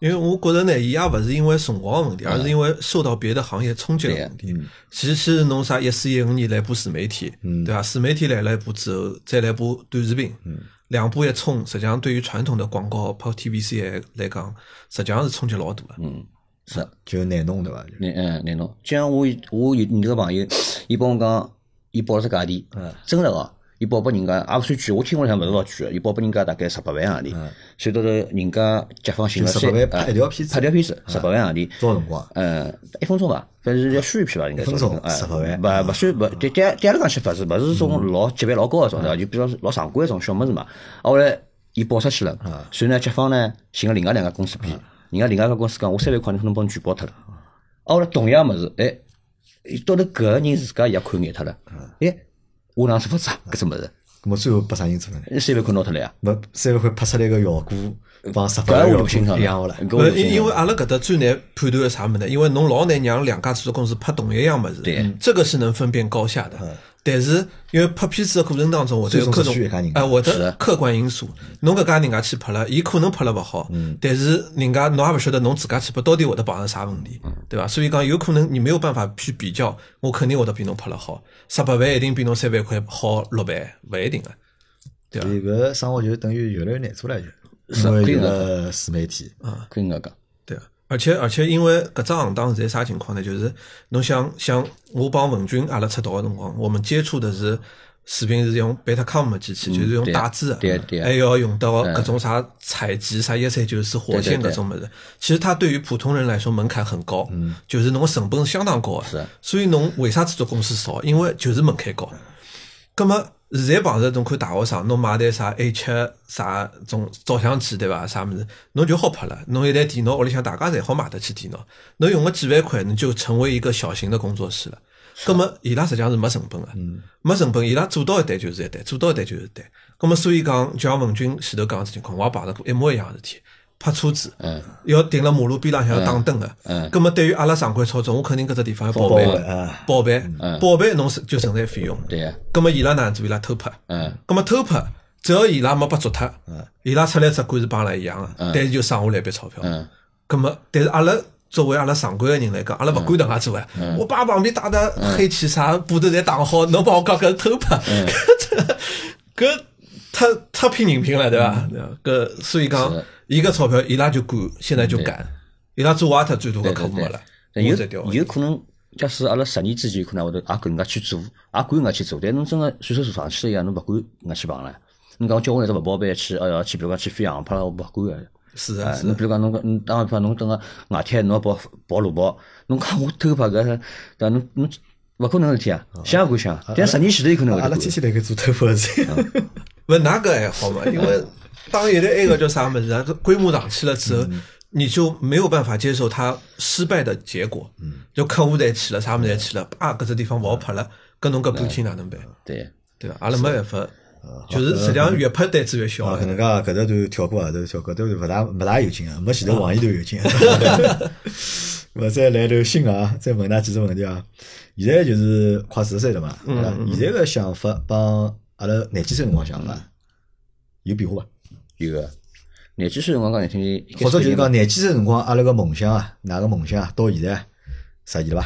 因为我觉得呢，伊也勿是因为辰光的问题，而是因为受到别的行业冲击的问题。其实侬啥14、15年来部自媒体，对吧？自媒体来了一部之后，再来部短视频，两部一冲，实际上对于传统的广告包括 TVC 来讲，实际上是冲击老大的。 是就难弄对伐？ 难弄。就像我有认得个朋友，伊帮我讲，伊报了只价钿，真实个。伊报拨人家也勿算贵，我听下来像勿是老贵个，伊报拨人家大概18万洋钿，所以到头人家甲方寻了 18万拍一条片子 18万洋钿， 多少辰光 ？1分钟伐，反正是要宣传片伐，应该 1分钟18 万，勿算勿对阿拉讲起勿是种老级别老高个种对伐？就比较老常规个种小物事嘛。后来伊报出去了，所以呢，甲方呢寻了另外2家公司比，人家另外一家公司讲我3万块能可能帮你全包脱了。后来同样物事，到头搿个人自家也看眼脱了，我哪做法子啊？搿只物事， 咁么最后拨啥人做呢 ？3万块拿脱了呀？ 勿3万块拍出来个效果帮18万效果一样个啦。 因为阿拉搿搭最难判断个啥物事呢？因为侬老难让2家制作公司拍同一样物事，这个是能分辨高下的。但是因为拍片子的过程当中，会有各种会得客观因素。侬搿家人家去拍了，伊可能拍了勿好，但是人家侬也勿晓得侬自家去拍到底会得碰上啥问题，对伐？所以讲有可能你没有办法去比较，我肯定会得比侬拍了好，18万一定比侬3万块好6倍，勿一定个，对伐？ 所以搿生活就等于越来越难做了，就因为这个自媒体可以搿讲。 对，而且因为搿只行当现在啥情况呢？就是侬像我帮文军阿拉出道个辰光，我们接触的是视频是用贝塔康姆的机器，就是用打字的，还要用到搿种啥采集啥139火线搿种物事。其实它对于普通人来说门槛很高，就是侬成本相当高的。所以侬为啥制作公司少？因为就是门槛高。葛么现在碰着侬看大学生，侬买台啥 A7 啥种照相机对伐？啥物事，侬就好拍了。侬一台电脑，屋里向大家侪好买得起电脑。侬用个几万块，侬就成为一个小型的工作室了。葛么伊拉实际上是没成本个，没成本，伊拉做到一单就是一单，做到一单就是一单。葛么所以讲，就像文军前头讲个情况，我也碰着过一模一样个事体。拍车子，要停辣马路边浪向要打灯个，葛么对于阿拉常规操作，我肯定搿只地方要报备，侬就存在费用。 对， 葛么伊拉哪能做？伊拉偷拍，葛么偷拍，只要伊拉没被捉脱，伊拉出来只管是帮阿拉一样个，但是就省下来一笔钞票。葛么，但是阿拉作为阿拉常规个人来讲，阿拉勿管能介做个，我把旁边打得黑漆啥，布头侪打好，侬帮我讲搿是偷拍，搿太骗人品了，对伐？搿所以讲。一个钞票，伊拉就管，现在就赶，伊拉做坏脱最多个客户没了。 有可能，假使阿拉10年之前可能会得也跟人家去做，也管人家去做，但侬真个岁数做上去了呀，侬勿管人家去碰了。侬讲叫我来只勿报备去，去比如讲去飞航拍了，我勿管个。 是啊， 侬比如讲侬打个比方，侬等个外天侬跑路跑，侬讲我偷拍搿，对伐？侬勿可能事体啊，想也敢想。但10年前头有可能会得。 阿拉天天辣盖做偷拍事。 勿哪个还好嘛？因为当一个那个叫啥么子，规模上去了之后，你就没有办法接受它失败的结果。就客户侪去了，啥么子侪去了，搿只地方勿好拍了，搿侬搿半天哪能办？对伐？阿拉没办法，就是实际上越拍单子越小。 可能讲搿只段跳过啊，跳过都勿大有劲啊，没前头网易段有劲。我再来头新啊，再问㑚几个问题啊。现在就是快40岁了嘛，现在个想法帮阿拉廿几岁辰光想法有变化伐？ 有个廿几岁辰光讲难听点， 或者就是讲廿几岁辰光阿拉个梦想啊，哪个梦想啊，到现在实现了伐？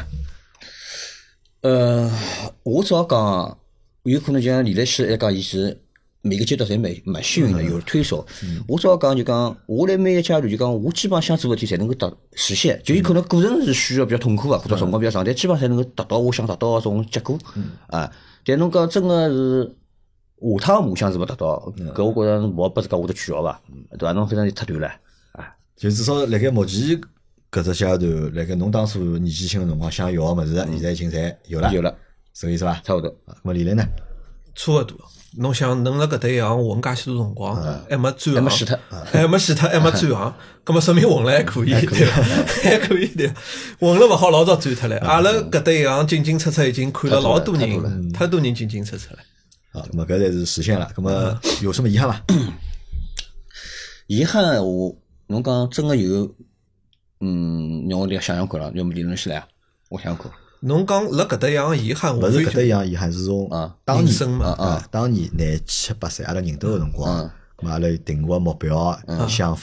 我只要讲，有可能就像李来西来讲，伊是每个阶段侪蛮幸运的，有推手。我只要讲就讲，我来每一阶段就讲，我基本上想做的事体侪能够实现，就有可能过程是需要比较痛苦啊，或者辰光比较长，但基本上侪能够达到我想达到的种结果啊。但侬讲真个是。下趟梦想是勿达到，搿我觉着侬勿好拨自家下得句号伐，对伐？侬非常忒短了啊！就至少辣盖目前搿只阶段，辣盖侬当初年纪轻个辰光想要个物事，现在已经侪有了，是搿意思伐？ 差勿多。 咾么李来呢？ 差勿多。侬想能辣搿搭一行混介许多辰光，还没转行，还没死脱，还没转行，搿么说明混了还可以，对伐？还可以对，混了勿好老早转脱了。阿拉搿搭一行进进出出已经看了老多人，太多人进进出出了。 那么搿才是实现了，那么有什么遗憾伐？ 遗憾侬讲真个有，让我想想看了，要么理论起来，我想过。 侬讲辣搿搭样遗憾， 勿是搿搭样遗憾，是从当年嘛，当年廿7、8岁阿拉认得个辰光，咁阿拉定个目标、想法、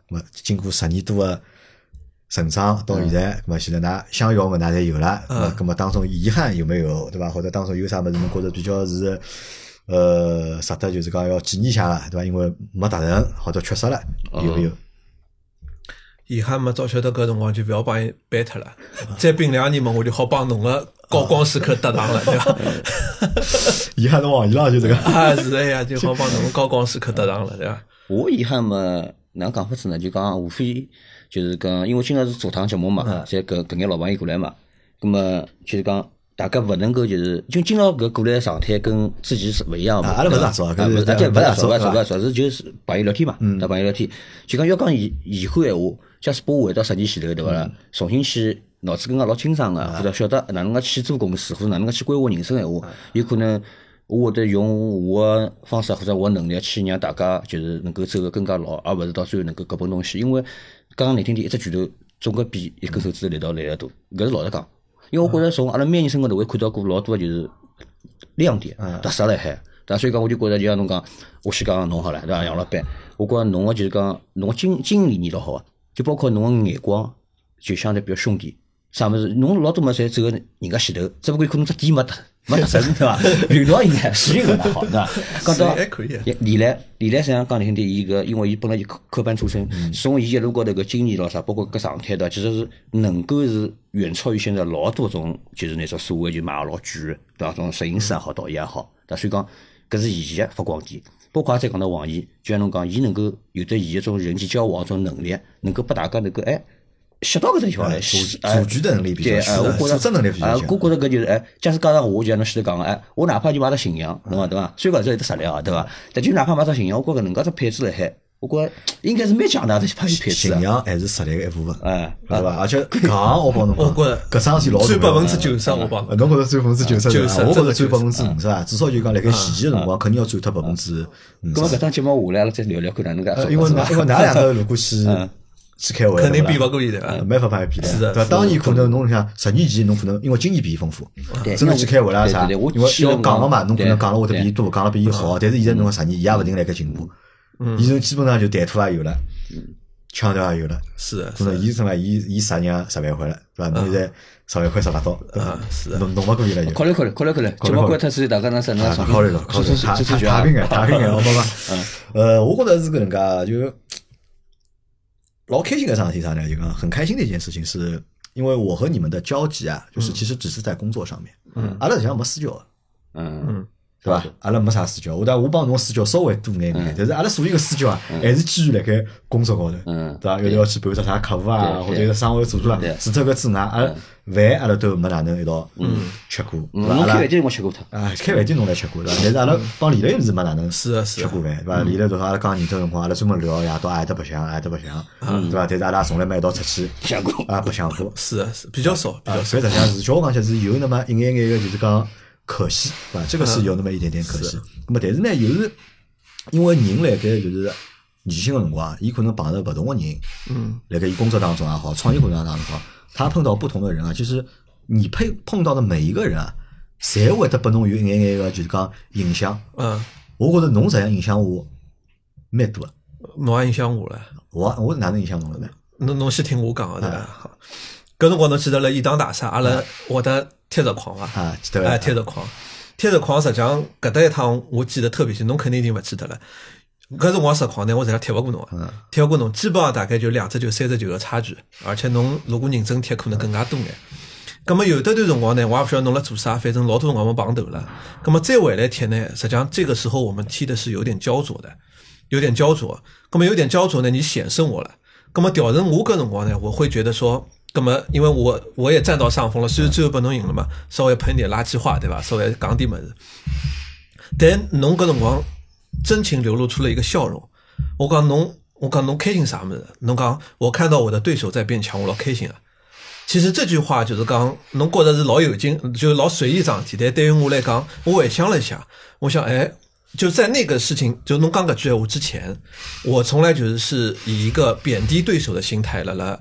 么经过10年多的成长到现在，咁么现在㑚想要么㑚侪有了，咁么当中遗憾有没有，对伐？或者当中有啥物事侬觉着比较是值得就是讲要纪念一下了，对伐？因为没达成或者缺失了，有没有？ 遗憾嘛，早晓得搿辰光就勿要帮伊掰脱了，再并2年嘛，我就好帮侬个高光时刻搭档了，对伐？ 遗憾都忘记了，就这个啊，是的呀，就好帮侬高光时刻搭档了，对伐？ 我遗憾嘛，哪能讲法子呢？就讲无非就是讲，因为今朝是做趟节目嘛，再搿眼老朋友过来嘛，葛么就是讲大家勿能够就是就今朝搿过来状态跟之前是勿一样嘛。 阿拉勿是合作， 勿是合作，是就是朋友聊天嘛，搭朋友聊天，就讲要讲遗憾闲话。假使把我回到10年前头，对伐啦？重新去脑子更加老清爽个，或者晓得哪能介去做公司，或者哪能介去规划人生闲话，有可能我会得用我个方式或者我能力去让大家就是能够走得更加牢，而勿是到最后能够各奔东西。因为讲难听点，一只拳头总归比一根手指头力道来得多，搿是老实讲。因为我觉着从阿拉每人生高头会看到过老多个就是亮点、特色辣海。对伐？所以讲，我就觉着就像侬讲，我先讲侬好了，对伐？杨老板，我觉着侬个就是讲侬个经营理念老好个。就包括侬个眼光，就相对比较兄弟，啥物事，侬老多么侪走个人家前头，只不过可能只点没特色，对伐？领导应该适应勿大好，对伐？讲到还可以。 李来实际上讲难听点，伊个因为伊本来就科班出身，从伊一路高头个经验咯啥，包括搿状态的，其实是能够是远超于现在老多种就是那种所谓就买老贵对伐？种摄影师也好，导演也好，所以讲搿是伊个发光点。包括再讲到王毅，就像侬讲，伊能够有得伊一种人际交往种能力，能够拨大家能够吸到搿只地方来， 组局的能力比较强， 我觉着组织能力比较强。 我觉着搿就是假使加上我就像侬前头讲个，我哪怕就买只信仰，对伐？虽然搿只有得实力啊，对伐？但就哪怕买只信仰，我觉着能介只配置辣海，我觉着应该是蛮强大的配置。 信仰还是实力个一部分，对伐？而且讲我帮侬讲， 我觉着搿桩事体老占90%，我帮侬。 侬觉着占90%，我觉着占50%啊，至少就讲辣盖前期个辰光，肯定要占脱50%。 咾么搿趟节目下来，阿拉再聊聊看哪能介。 因为㑚两个如果去开会， 肯定比勿过伊的， 没法帮伊比的。 是的， 对伐？当然可能侬像10年前，侬可能因为经验比伊丰富，真的去开会啦啥，因为要讲个嘛，侬可能讲了会得比伊多，讲了比伊好。但是现在侬10年，伊也勿停辣盖进步，伊基本上就谈吐也有了，腔调也有了。 是的， 可能伊什么，伊10年10万块了，对伐？侬现在10万块18刀， 是的， 弄勿过伊了就。 考虑，节目关脱之后，大家能能考虑，太平眼，好吧？我觉得是搿能介就。老开心的桩事体啥呢？就讲很开心的一件事情，是因为我和你们的交集啊，就是其实只是在工作上面，阿拉实际上没私交的，对吧？阿拉没啥私交，我帮侬私交稍微多眼眼，但是阿拉所有的私交啊，还是基于辣盖工作高头，对吧？有的要去办只啥客户啊，或者是生活做做啊，除脱搿之外，阿拉饭阿拉都没哪能一道吃过，对吧？ 侬开饭店我吃过他， 开饭店侬来吃过，对吧？但是阿拉帮李雷是没哪能吃过饭，对吧？李雷多少阿拉讲年头辰光，阿拉专门聊夜到爱得白相，对吧？但是阿拉从来没一道出去想过不想过， 是比较少， 所以实际上是叫我讲起来是有那么一眼眼个就是讲。可惜，对吧？这个是有那么一点点可惜。那么，但是呢，又是因为人辣盖就是年轻个辰光，伊可能碰到勿同个人，辣盖伊工作当中也好，创业过程当中也好，他碰到不同的人啊，其实你碰到的每一个人啊，侪会得拨侬有一眼眼个就是讲影响。我觉着侬实际上影响我蛮多个。 侬也影响我了。 我哪能影响侬了呢？ 侬先听我讲个对伐？好，搿辰光侬记得了一档大厦，阿拉会得贴着框伐？ 记得。 贴着框，实际上搿搭一趟我记得特别清，侬肯定已经勿记得了。搿辰光实况呢，我实际上贴勿过侬个，贴勿过侬，基本上大概就2只球、3只球个差距，而且侬如果认真贴，可能更加多眼。咁么有的段辰光呢，我也不晓得侬辣做啥，反正老多辰光没碰头了。咁么再回来贴呢，实际上这个时候我们踢的是有点焦灼的，咁么有点焦灼呢，你险胜我了。咁么调成我搿辰光呢，我会觉得说。那么，因为我也占到上风了，虽然最后被侬赢了嘛，稍微喷点垃圾话，对吧？稍微讲点么子，但侬搿辰光真情流露出了一个笑容。我讲侬开心啥么子？侬讲我看到我的对手在变强，我老开心啊。其实这句话就是讲侬觉得是老有劲，就老随意桩事体，但对于我来讲，我回想了一下，我想就在那个事情，就侬讲搿句话之前，我从来就是以一个贬低对手的心态了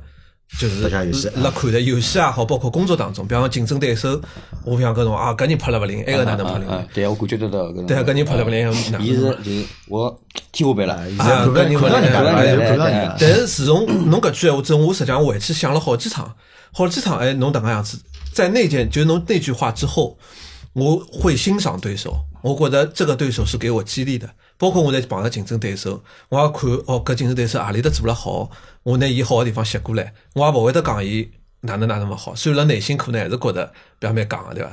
就是大家游戏辣看待游戏也好，包括工作当中，比方讲竞争对手，我比方搿种啊，搿人拍了勿灵，埃个哪能拍灵？ 对，我感觉得到搿种。 对，搿人拍了勿灵， 伊是就是我天花板了。 现在看搿人到人家，就看到人家。 但是自从侬搿句闲话之后，我实际上回去想了好几趟，哎，侬迭个样子，在就是侬那句话之后，我会欣赏对手，我觉得这个对手是给我激励的。包括我在碰着竞争对手，我也看搿竞争对手何里搭做了好，我拿伊好的地方吸过来，我也勿会得讲伊哪能勿好。虽然内心可能还是觉得表面讲个对伐？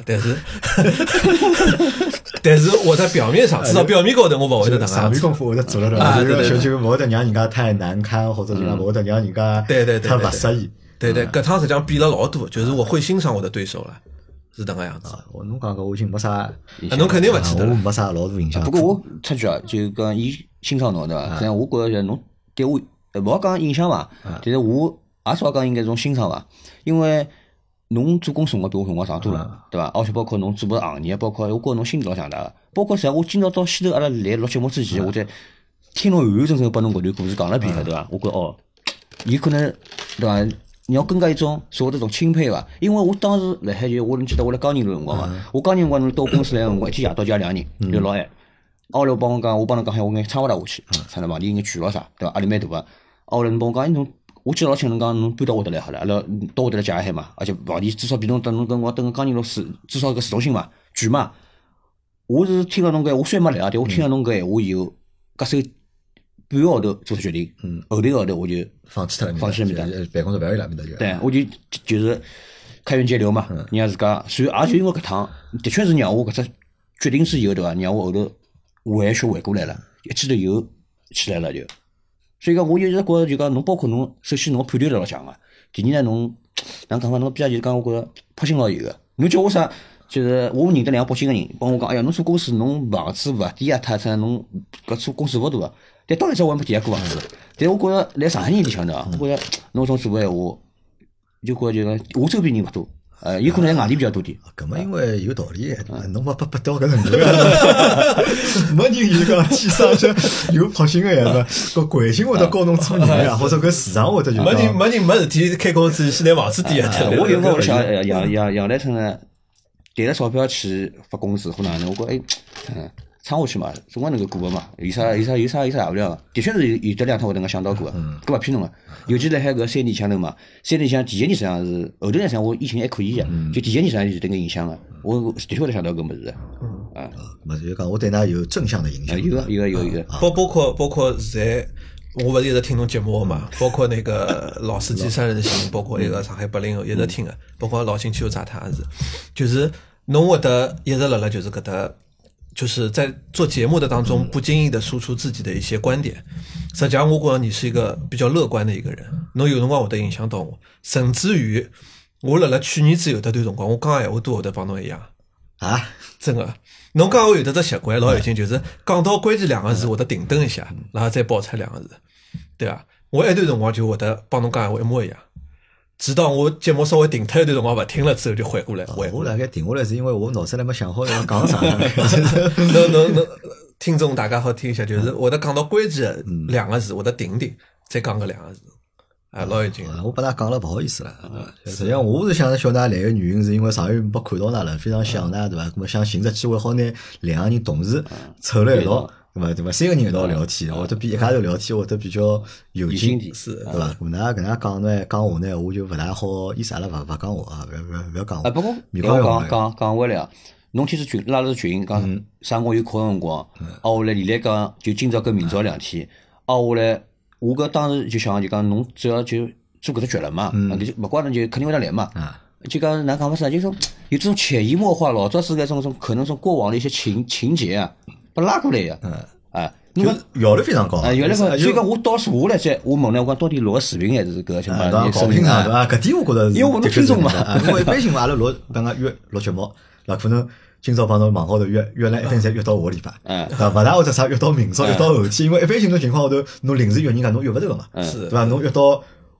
但是我在表面上，至少表面高头我勿会得迭个上面功夫会得做了对，就勿会得让人家太难堪，或者就讲勿会得让人家太勿适意。 对，搿趟实际上变了老多，就是我会欣赏我的对手了。是迭个样子。 侬讲搿我已经没啥， 侬肯定勿记得了， 我没啥老大印象。 不过我插句啊，就讲伊欣赏侬对伐？像我觉着侬对我勿好讲印象伐，但是我也少讲应该是种欣赏伐，因为侬做公司辰光比我辰光长多了，对伐？而且包括侬做个行业，包括我觉着侬心理老强大个，包括实际上我今朝到西头阿拉来录节目之前，我在听侬完完整整把侬搿段故事讲了遍了，对伐？我觉哦，伊可能对伐？你要更加一种所谓的种钦佩伐？因为我当时辣海就我能记得我辣江宁路辰光嘛，我江宁辰光到公司来个辰光，一天夜到就也2人，就老晚。后来我帮我讲，我帮侬讲，我眼撑勿大下去，撑了房钿应该巨咯啥，对伐？压力蛮大个。后来侬帮我讲，侬我记得老清，侬讲侬搬到我搭来好了，阿拉到我搭来借一海嘛，而且房钿至少比侬等侬跟我等江宁路至少个市中心嘛，贵嘛。我是听了侬搿，我虽然没来啊，但我听了侬搿闲话以后，搿手半个号头做出决定，后头个号头我就放弃了，办公室勿要伊拉面搭就。 对，我就是开源节流嘛，让自家，所以也就因为搿趟，的确是让我搿只决定之以后对伐，让我后头回血回过来了，一记头又起来了就。所以讲，我一直觉着就讲侬，包括侬，首先侬判断力老强个，第二呢侬，哪能讲法？侬比较就是讲，我觉着魄心老有个。侬叫我啥？就是我认得2个北京个人，帮我讲，哎呀，侬做公司侬房子勿低啊，他啥侬搿做公司勿大个。但到现在我还没抵押过房子，但我觉着来上海人里向头，我觉着侬种做个闲话，就觉着就讲我周边人勿多，有可能在外地比较多点。 搿么因为有道理，侬没拔到搿程度呀，没人就讲天生就有魄心个呀，搿惯性会得教侬做人呀，或者搿市场会得就没人没事体开公司先拿房子抵押脱。 我有辰光想杨来春呢，赚了钞票去发工资或哪能，我觉撑下去嘛，总归能够过个嘛，有啥大不了个。的确是有得2趟会得我想到过个，搿勿骗侬个。尤其辣海搿3年里头嘛，3年第一年实际上是后头来讲我疫情还可以个，就第一年实际上有得个影响个。我的确会得想到搿物事个。 么就讲我对㑚有正向的影响。 有个。 包括现在。我勿是一直听侬节目嘛，包括那个老司机三人行，包括一个上海80后一直听个，包括老新区有杂谈也是，就是侬会得一直辣就是搿搭，就是在做节目的当中不经意的输出自己的一些观点。实际上我觉得你是一个比较乐观的一个人，侬有辰光会得影响到我，甚至于我辣去年子有得段辰光，我讲闲话都会得帮侬一样啊， 真个。侬讲我有得只习惯，老有劲，就是讲到关键2个字，会得停顿一下，然后再爆出2个字，对伐？我一段辰光就会得帮侬讲闲话一模一样，直到我节目稍微停脱一段辰光勿听了之后，就回过来。 我大概停下来是因为我脑子里没想好要讲啥。 侬听众大家好听一下，就是会得讲到关键2个字，会得停，再讲搿2个字。老有劲！ 我帮㑚讲了，勿好意思了。实际上，我是想晓得㑚来个原因，是因为上月没看到㑚了，非常想㑚，对伐？咁么想寻只机会，好拿2个人同时凑辣一道，对伐？3个人一道聊天，或者比一家头聊天，会得比较有劲， 是， 对伐？咁㑚搿能讲呢，讲话呢，我就勿大好意思，阿拉勿讲话啊，勿要讲话。 不过讲回来啊，侬天是群拉了群，讲上光有课个辰光，后来连来讲就今朝跟明朝2天，后来。我搿当时就想就讲，侬只要就做搿只剧了嘛，就勿怪侬就肯定会得来嘛。就讲哪讲法啥，就说有这种潜移默化，老早子搿种可能从过往的一些情节啊，把拉过来呀。 那么效率非常高。 效率高。所以讲我到时我来再我问了，我讲到底录个视频还是搿什么？ 搞清爽对伐？搿点我觉着是， 因为我们听众嘛， 因为一般性嘛，阿拉帮个约录节目，那可能。今朝帮侬网高头约了一般侪约到下个礼拜，勿大或者啥约到明朝约到后天，因为一般性种情况下头，侬临时约人家侬约勿着个嘛，对伐？侬约到下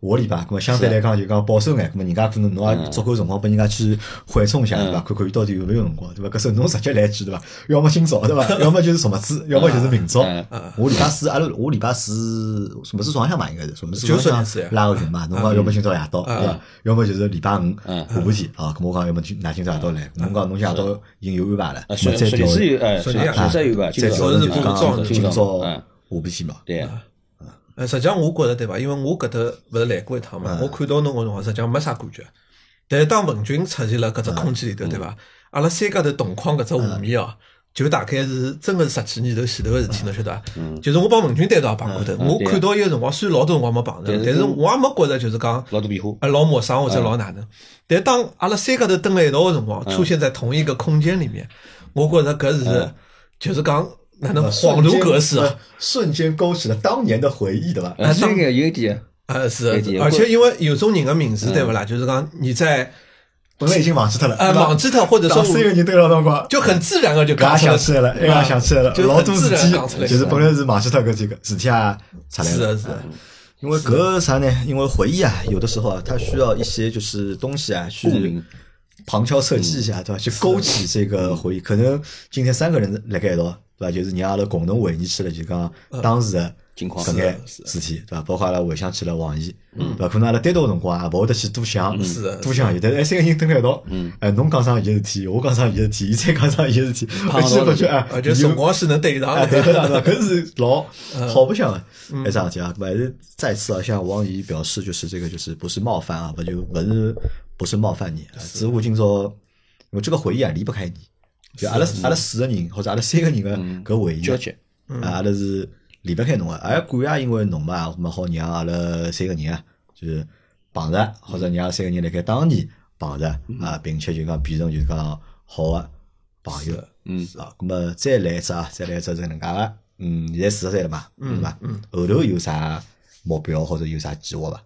个礼拜，咁么相对来讲就讲保守眼，咁么人家可能侬也足够辰光拨人家去缓冲一下，对伐？看看伊到底有没有辰光，对伐？搿时候侬直接来句，对伐？要么今朝，对伐？要么就是什么子，要么就是明朝。我礼拜四，阿拉我礼拜四什么是早浪向嘛？应该是什么是早浪向拉个群嘛？侬讲要么今朝夜到，对伐？要么就是礼拜五下半天啊。咁我讲要么就㑚今朝夜到来，侬讲侬夜到已经有安排了，咁么再调， 是有，顺利有吧？ 再调就是讲今朝下半天嘛。 对。 实际上我觉着对伐？因为我搿搭勿是来过一趟嘛，我看到侬个辰光实际上没啥感觉。但是当文军出现了搿只空间里头，对伐？阿拉三家头同框搿只画面哦，就大概是真个是10几年头前头个事体，侬晓得伐？就是我帮文军单独也碰过头，我看到伊个辰光，虽然老多辰光没碰着，但是我也没觉着就是讲老多变化， 老陌生或者老哪能。但当阿拉三家头蹲辣一道个辰光，出现在同一个空间里面，我觉着搿是就是讲。哪能恍如隔世啊！ 瞬间勾起了当年的回忆，对吧？ 这个有一点是，而且因为有种人的名字，对不啦？就是讲你在本来已经忘记他了， 忘记他，或者说 4个人对了辰光， 就很自然的就讲想起来了，想起来了，老多事体，就是本来是忘记他搿几个事体啊，出来了。 是。 因为搿啥呢？因为回忆啊，有的时候啊，它需要一些就是东西啊，去旁敲侧击一下，对吧？去勾起这个回忆。可能今天3个人辣盖一道。对伐？就是让阿拉共同回忆起了就讲当时的搿眼事体，对伐？包括阿拉回想起了往事，对伐？可能阿拉单独个辰光也勿会得去多想，多想伊。但是3个人蹲辣一道，侬讲上伊个事体，我讲上伊个事体，伊再讲上伊个事体，不知不觉而且辰光是能对上， 对伐？搿是老好白相个一桩事体啊！还是再次啊，向王姨表示，就是这个就是不是冒犯啊，不是冒犯你，只不过今朝因为这个回忆啊离不开你。就阿拉4个人或者阿拉3个人个搿回忆交集， 阿拉是离不开侬个，而感谢因为侬嘛，我们好让阿拉3个人啊，就是碰着，或者让阿拉3个人辣盖当年碰着啊，并且就讲变成就是讲好个朋友，咁么再来一只是搿能介个，现在40岁了嘛，对伐？后头有啥目标或者有啥计划伐？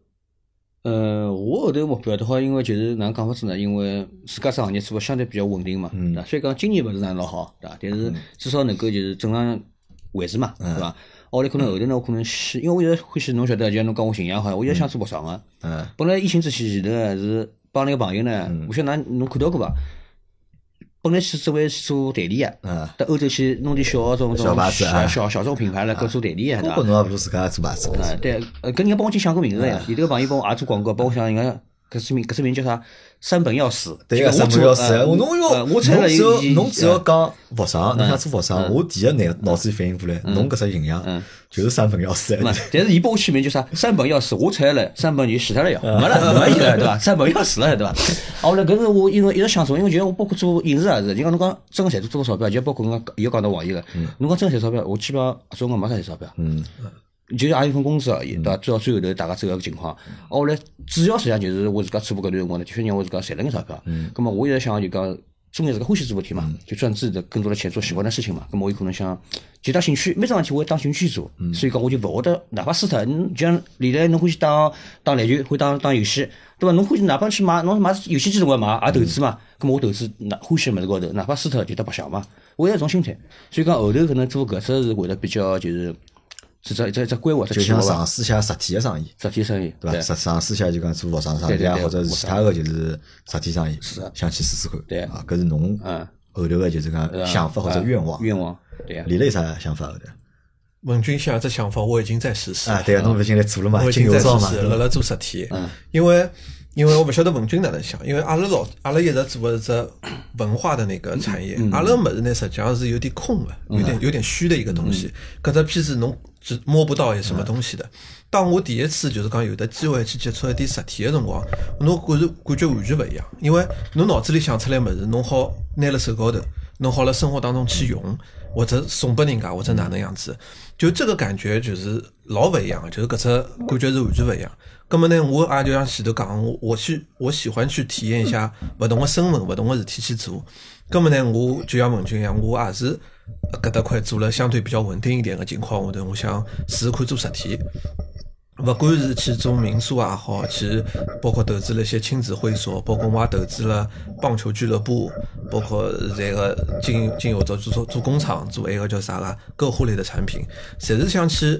我后头目标的话，因为就是哪能讲法子呢？因为自家只行业做相对比较稳定嘛，对伐？虽然讲经验勿是哪老好，对伐？但是至少能够就是正常维持嘛，对伐？后来可能后头呢，我可能因为我现在欢喜侬晓得，就像侬讲我形象好，我现在想做服装个。本来疫情之前头是帮那个朋友呢，我想侬看到过伐？本来是准备做代理个，到欧洲去弄点小种牌子小众品牌来搿做代理个，对伐？ 侬也勿如自家做牌子。 对，跟人家帮我已经想过名字呀，有这个朋友帮我也做广告，帮我想人家搿只名叫啥？三本要死。 对个，3本要死。侬只要讲服装，侬想做服装，我第一脑子里反应过来，侬搿只形象就是3本要死。 但是伊帮我起名叫啥？3本要死，我出来了，3本就死脱了要，没了，没意了，对伐？3本要死了，对伐？后来搿是我因为一直想做，因为就我包括做影视也是，就讲侬讲真个赚多少钞票，就包括侬讲又讲到网易个，侬讲真个赚钞票，我基本上中国没啥赚钞票。就是也有份工资而已，对伐？最后头大家走个情况。后来主要实际上就是我自家做搿段辰光呢，的确让我自家赚了眼钞票。咁么我现在想就讲，中间自家欢喜做事体嘛，就赚自己的更多的钱做喜欢的事情嘛。咁么我有可能想就当兴趣，每桩事体我会当兴趣做。所以讲我就勿会得哪怕输脱，就像李来侬欢喜打篮球，会打游戏，对伐？侬欢喜哪怕去买侬买游戏机辰光买也投资嘛。咁么我投资欢喜个物事高头，哪怕输脱就得白相嘛。我有一种心态，所以讲后头可能做搿只是会得比较就是。是只规划， 就像尝试下实体个生意， 对伐？尝试下就讲做服装生意啊，或者是其他个就是实体生意，想去试试看。 对啊，搿是侬后头个就是讲想法或者愿望。 对啊。 李磊啥想法后头？ 文军想这想法我已经在实施啊，对啊，侬勿已经来做了嘛？ 我已经在实施，辣做实体。因为我不晓得文军哪能想，因为阿拉一直做的是这文化的那个产业，阿拉物事呢实际上是有点空的，有点虚的一个东西。搿只片子侬摸不到有什么东西的。当我第一次就是讲有的机会去接触一点实体的辰光，侬感觉完全勿一样，因为侬脑子里想出来物事，侬好拿辣手高头，侬好辣生活当中去用，或者送拨人家，或者哪能样子，就这个感觉就是老勿一样，就是搿只感觉是完全勿一样。咁么呢，我也就像前头讲，我喜欢去体验一下勿同的身份、勿同的事体去做。咁么呢，我就像文军一样，我也是搿搭块做了相对比较稳定一点的情况下头，我想试试看做实体。勿管是去做民宿也好，去包括投资了一些亲子会所，包括我也投资了棒球俱乐部，包括这个今后做工厂，做一个叫啥个购货类的产品，侪是想去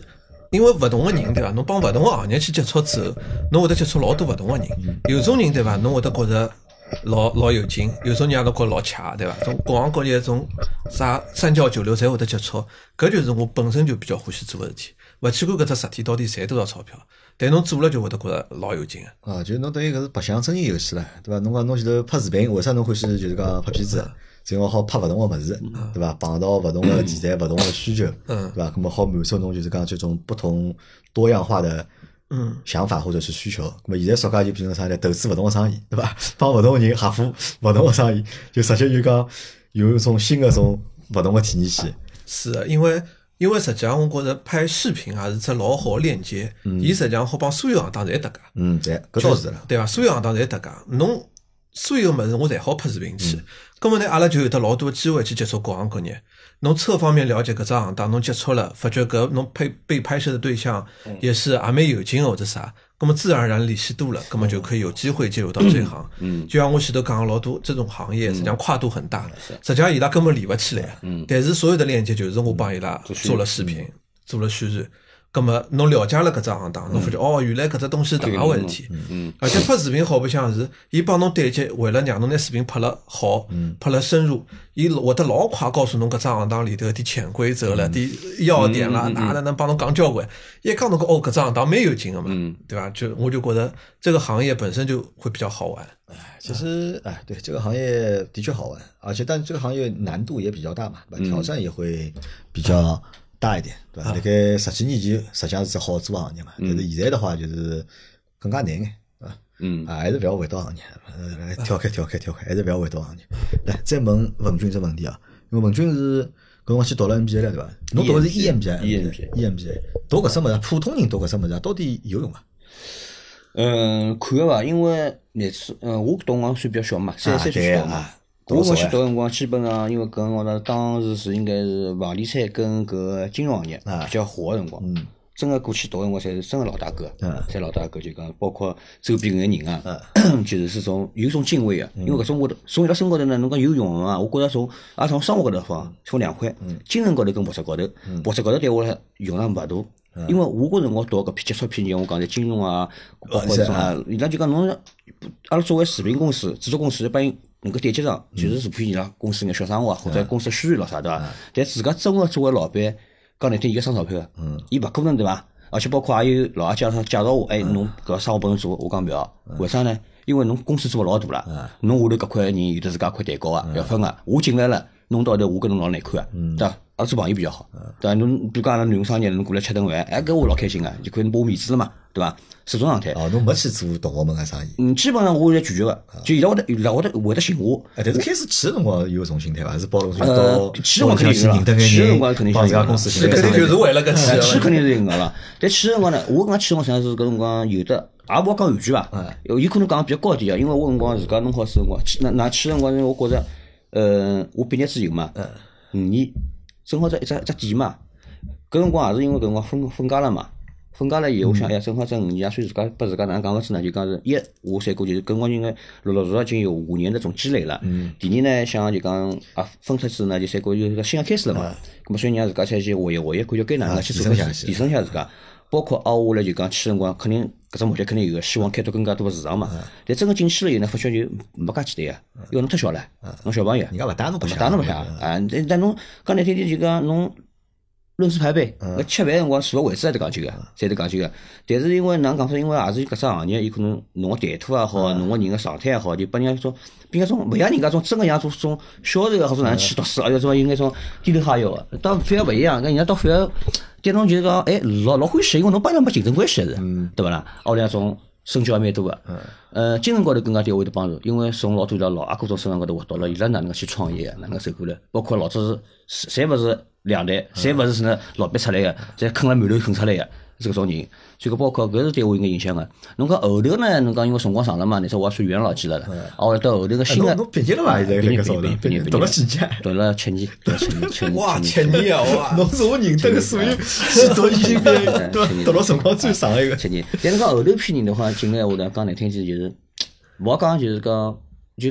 因为勿同个人对伐？侬帮勿同个行业去接触之后，侬会得接触老多勿同个人。有种人对伐？侬会得觉着老有劲，有种人也侬觉着老恰对伐？从各行各业种啥三教九流侪会得接触，搿就是我本身就比较欢喜做个事体。勿去管搿只实体到底赚多少钞票，但侬做了就会得觉着老有劲个。 就是侬等于搿是白相真人游戏了，对伐？侬讲侬前头拍视频，为啥侬欢喜就是讲拍片子？只因为好拍勿同个物事，对伐？碰到勿同个题材、勿同个需求，对伐？那么好满足侬就是讲这种不同多样化的想法或者是需求。那么现在说家就变成啥呢？投资勿同个生意，对伐？帮勿同个人合伙勿同个生意，就直接就讲有一种新的种勿同个体验性。 是的，因为实际上我觉着拍视频也是只老好链接，伊实际上好帮所有行当侪搭界。 对，搿倒是了， 对伐？所有行当侪搭界，侬所有物事我侪好拍视频去。咁么呢，阿拉就有得老多机会去接触各行各业。侬侧方面了解搿只行当，侬接触了，发觉搿侬被拍摄的对象也是也蛮有劲或者啥，咁么自然而然联系多了，咁么就可以有机会介入到这行。就像我前头讲老多这种行业，实际上跨度很大，实际上伊拉根本连勿起来。但是所有的链接就是我帮伊拉做了视频，做了宣传。咁么侬了解了搿只行当，侬发觉原来搿只东西是搿能回事体。而且拍视频好白相是，伊帮侬对接，为了让侬拿视频拍了好，拍了深入，伊会得老快告诉侬搿只行当里头的潜规则了，的要点啦，哪能帮侬讲交关。一讲侬讲搿只行当蛮有劲个嘛，对伐？我就觉得这个行业本身就会比较好玩。 其实对这个行业的确好玩，而且但这个行业难度也比较大嘛，挑战也会比较大一点，对吧？辣盖10几年前实际上是只好做行业嘛，但是现在的话就是更加难眼，对吧？还是不要回到行业，跳开，还是不要回到行业。来，再问文军这问题啊，因为文军是搿辰光去读了 MBA 了，对伐？侬读的是 EMBA， 读搿什么？普通人读搿什么？到底有用伐？ 看个伐，因为那次我读辰光算比较小嘛，3岁去读嘛。我去读辰光，基本上因为搿辰光当时是应该是房地产跟搿金融行业比较火个辰光。真个过去读辰光，侪是真个老大哥，侪老大哥就讲，包括周边搿个人啊，就是种有种敬畏啊。因为搿种从伊拉身高头呢，侬讲有用啊，我觉着从生活高头方分两块，精神高头跟物质高头，物质高头对我来用场勿大。因为我搿辰光读搿批接触批人，我讲的金融啊，包括这种伊拉就讲侬，阿拉作为视频公司、制作公司，帮伊能够对接上，就是除非伊拉公司眼小生活或者公司宣传咯啥对伐？但自家真个作为老板，讲难听，伊个省钞票个，伊勿可能对伐？而且包括也有老阿介绍我，侬搿生活帮侬做，我讲勿要，为啥呢？因为侬公司做老大了，侬下头搿块人有得自家块蛋糕啊，要分个，我进来了，弄到头我跟侬老难看啊，对伐？阿拉做朋友比较好，对伐？侬比如讲阿拉女商业，侬过来吃顿饭，搿我老开心个，就可以拨我面子了嘛，对伐？是种状态。 侬没去做同学们个生意。 基本上我是拒绝个，就伊拉会得寻我。 但是开始去个辰光有种心态伐？是包容性到去辰光肯定是认得个去辰光肯定帮自家公司肯定就是为了搿去肯定是应个了。但去辰光呢，我讲去辰光实际上是搿辰光有的，也勿好讲完全伐。有可能讲比较高点啊，因为我辰光自家弄好辰光去那去辰光，我觉着我毕业之前嘛，5年正好一只点嘛。搿辰光也是因为搿辰光分家了嘛。分家了以后，我想，哎呀，正好这5年，所以自家拨自家哪能讲个子呢？就讲是我三个就是搿辰光应该陆续已经有5年的种积累了。第二呢，想就讲分出去呢，就三个有个新的开始了嘛。咁么所以让自家去活一看，就该哪能去做提升一下自家。包括下来就讲去辰光，肯定搿只目标肯定有个，希望开拓更加多个市场嘛。但真个进去了以后呢，发觉就没介简单啊，因为侬太小了，侬小朋友， 人家勿带侬白相， 但侬讲难听点就讲侬。论资排辈，吃饭辰光坐个位置还得讲究个，侪得讲究个。但是因为哪能讲法？因为也是搿只行业，有可能侬个谈吐也好，侬个人个状态也好，就拨人家种，比如种勿像人家种真个像种销售或者哪能去读书，而且种有眼种低头哈腰个。倒反而勿一样，人家倒反而对侬就是讲，老欢喜，因为侬帮人没竞争关系是，对勿啦？屋里种身教也蛮多个，精神高头更加对我有得帮助，因为从老多伊拉老阿哥种身上高头学到了伊拉哪能去创业，哪能走过来，包括老早是侪勿是两代，侪勿是什么老板出来个，侪啃了馒头啃出来个，是搿种人。所以搿包括搿是对我有眼影响个。侬讲后头呢？侬讲因为辰光长了嘛，那时候我也算元老级了。后来到后头个新个， 侬毕业了伐？现在搿种读了几年？读了7年， 哇，7年啊！哇， 侬是我认得个所有去读已经毕业，读了辰光最长一个 7年。但是讲后头批人的话，进来我讲难听点就是，勿好讲就是讲，就讲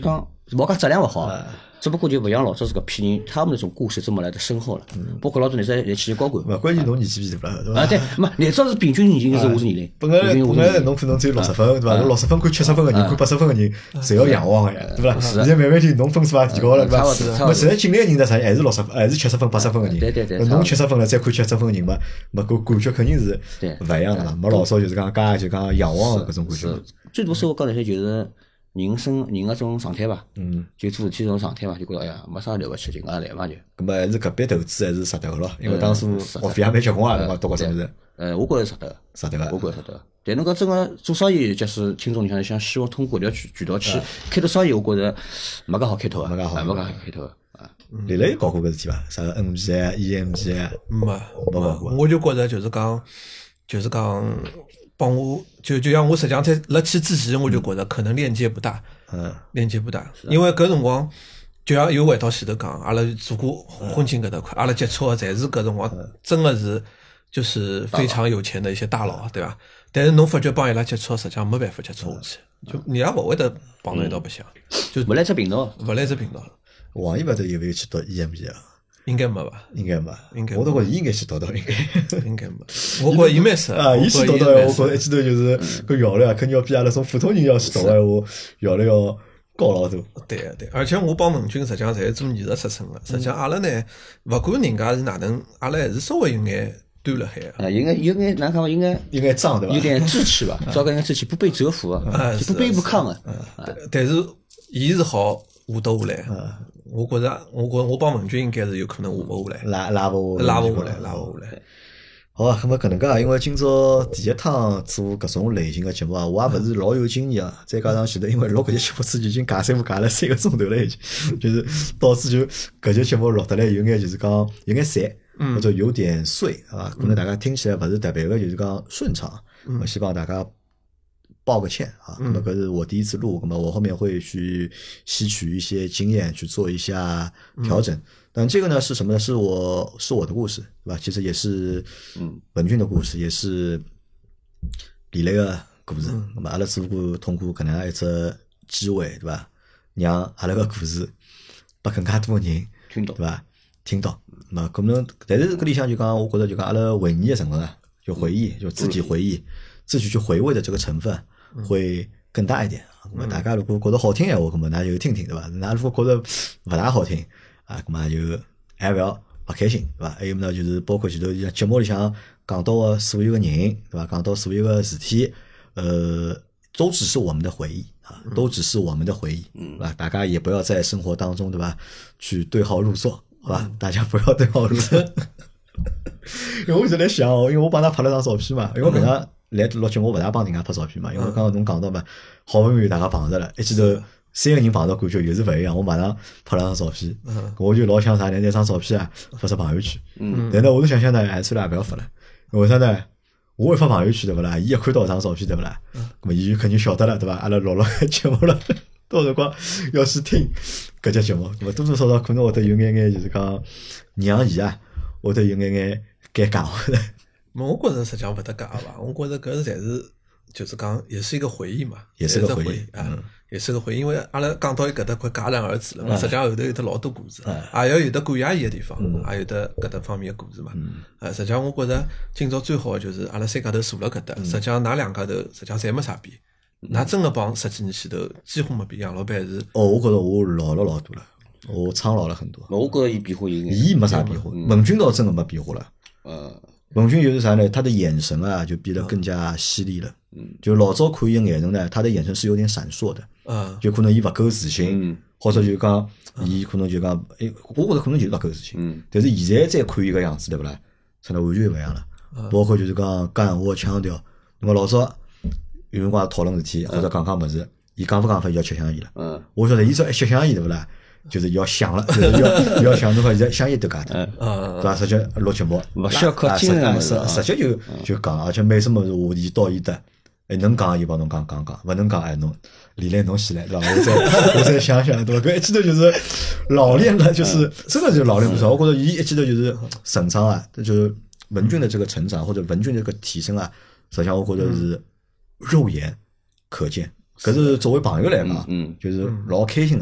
冇讲质量勿好，只不过就勿像老早子搿批人，他们那种故事这么来的深厚了。包括老早那些企业高管。 关键侬年纪大了，对伐？ 对，没，那早是平均年龄是50年龄。 本来侬可能只有60分，对伐？侬60分看70分个人，看80分个人，侪要仰望个呀，对伐？现在慢慢就侬分数也提高了，对伐？那现在进来个人呢，啥还是60分，还是70分、80分个人。 对。 侬70分了，再看70分个人嘛，搿感觉肯定是勿一样的嘛。没老早就是讲就讲仰望搿种感觉。 最多生活高头些就是人个种状态伐，就做事体种状态伐，就觉着哎呀没啥了不起，就搿样来嘛就。 搿么还是搿笔投资还是值得个咯，因为当初学费也蛮结棍啊，读个啥物事？ 我觉着值得，我觉着值得。但侬讲真个做生意，假使听众里向想希望通过搿条渠道去开拓生意，我觉着没介好开拓个，没介好开拓个。 李磊搞过搿事体伐？啥个 NG 啊、EMG 啊？ 没，我就觉着就是讲。帮我就像我实际上在辣去之前，我就觉着可能链接不大，链接不大，因为搿辰光就像又回到前头讲，阿拉做过婚庆搿搭块，阿拉接触个侪是搿辰光真个是就是非常有钱的一些大佬，对伐？但是侬发觉帮伊拉接触，实际上没办法接触下去，就人家勿会得帮到一道白相，就勿来只频道， 王一勿得有没有去读 EMG 啊？ 应该没吧？ 应该没。我都觉着伊应该去读， 应该没。我觉着伊蛮适啊，伊去读，我觉着一记头就是搿效率啊，肯定要比阿拉种普通人要去读闲话，效率要高老多。 对，而且我帮文军实际上侪是做艺术出身个，实际上阿拉呢，勿管人家是哪能，阿拉还是稍微有眼端了海啊，有眼哪讲嘛，应该脏对伐？ 有点志气吧，早讲眼志气，不被折服啊，不卑不亢啊。 但是伊是好下得下来。我觉着我帮文军应该是有可能下勿下来，拉勿下来。 好啊，那么搿能介，因为今朝第一趟做搿种类型个节目啊，我也勿是老有经验啊。再加上前头，因为录搿节节目之前已经尬三胡尬了3个钟头了，已经，就是导致就搿节节目录得来有眼就是讲有眼散，或者有点碎啊，可能大家听起来勿是特别个就是讲顺畅。我希望大家抱个歉啊，那么搿是我第一次录，那么我后面会去吸取一些经验，去做一下调整。但这个呢是什么呢？是我的故事，对吧？其实也是文俊的故事，也是李磊的故事。那么阿拉只不过通过搿能样一只机会，对吧？让阿拉个故事拨更加多的人听到， 对吧？听到。那可能，但是搿里向就讲，我觉得就讲阿拉回忆的成分啊，就回忆，就自己回忆。自己去回味的这个成分会更大一点。那么大家如果觉得好听闲话，那么那就听听，对吧？那如果觉得勿大好听啊，那么就还勿要勿开心，对吧？还有呢，就是包括前头节目里向讲到的所有个人，对吧？讲到所有个事体，都只是我们的回忆啊，都只是我们的回忆，对吧？大家也不要在生活当中，对吧？去对号入座，好吧？大家不要对号入座。因为我就在想哦，因为我帮他拍了张照片嘛，因为我搿样来录节目我勿大帮人家拍照片嘛，因为刚刚侬讲到嘛，好不容易大家碰着了，一记头3个人碰着感觉又是勿一样，我马上拍了张照片，我就老想啥呢？那张照片啊发到朋友圈，但呢我就想想呢，算了也勿要发了，为啥呢？我一发朋友圈对勿啦？伊一看到张照片对勿啦？咾伊就肯定晓得了对伐？阿拉录了节目了，到辰光要去听搿节节目，咾多多少少可能会得有眼眼就是讲让伊啊。会得有眼眼尴尬的。 我觉着实际上勿得尬吧，我觉着搿侪是就是讲也是一个回忆嘛， 也是个回忆啊，也是个回忆。因为阿拉讲到搿搭快戛然而止了嘛，实际上后头有得老多故事，也要有得感谢伊个地方，也有得搿搭方面个故事嘛。实际上我觉着今朝最好就是阿拉三家头坐辣搿搭，实际上㑚两家头实际上侪没啥变，㑚真个帮10几年前头几乎没变。杨老板是我觉着我老了老多了。我苍老了很多。 我觉着伊变化有眼。 伊没啥变化，文军倒真的没变化了。文军就是啥呢？他的眼神啊，就变得更加犀利了。就老早看伊个眼神呢，他的眼神是有点闪烁的。就可能伊勿够自信，或者就讲伊可能就讲，我觉着可能就是勿够自信。但是现在再看伊个样子，对勿啦？真的完全勿一样了。包括就是讲闲话腔调，那么老早有辰光讨论事体或者讲物事，伊讲勿讲法伊要吃香烟了。我晓得伊只要一吃香烟，对勿啦？就是要想了，就是要想侬看现在香烟都介大，对伐？直接录节目， 勿需要靠精神直接就讲，而且每什么话题到伊搭，能讲伊帮侬讲，勿能讲侬李来侬先来，对伐？我再想想，对伐？搿一记头就是老练了，就是真的就是老练不少。我觉得伊一记头就是成长啊，就是文俊的这个成长或者文俊这个提升啊，实际上我觉得是肉眼可见。搿是作为朋友来讲，就是老开心的。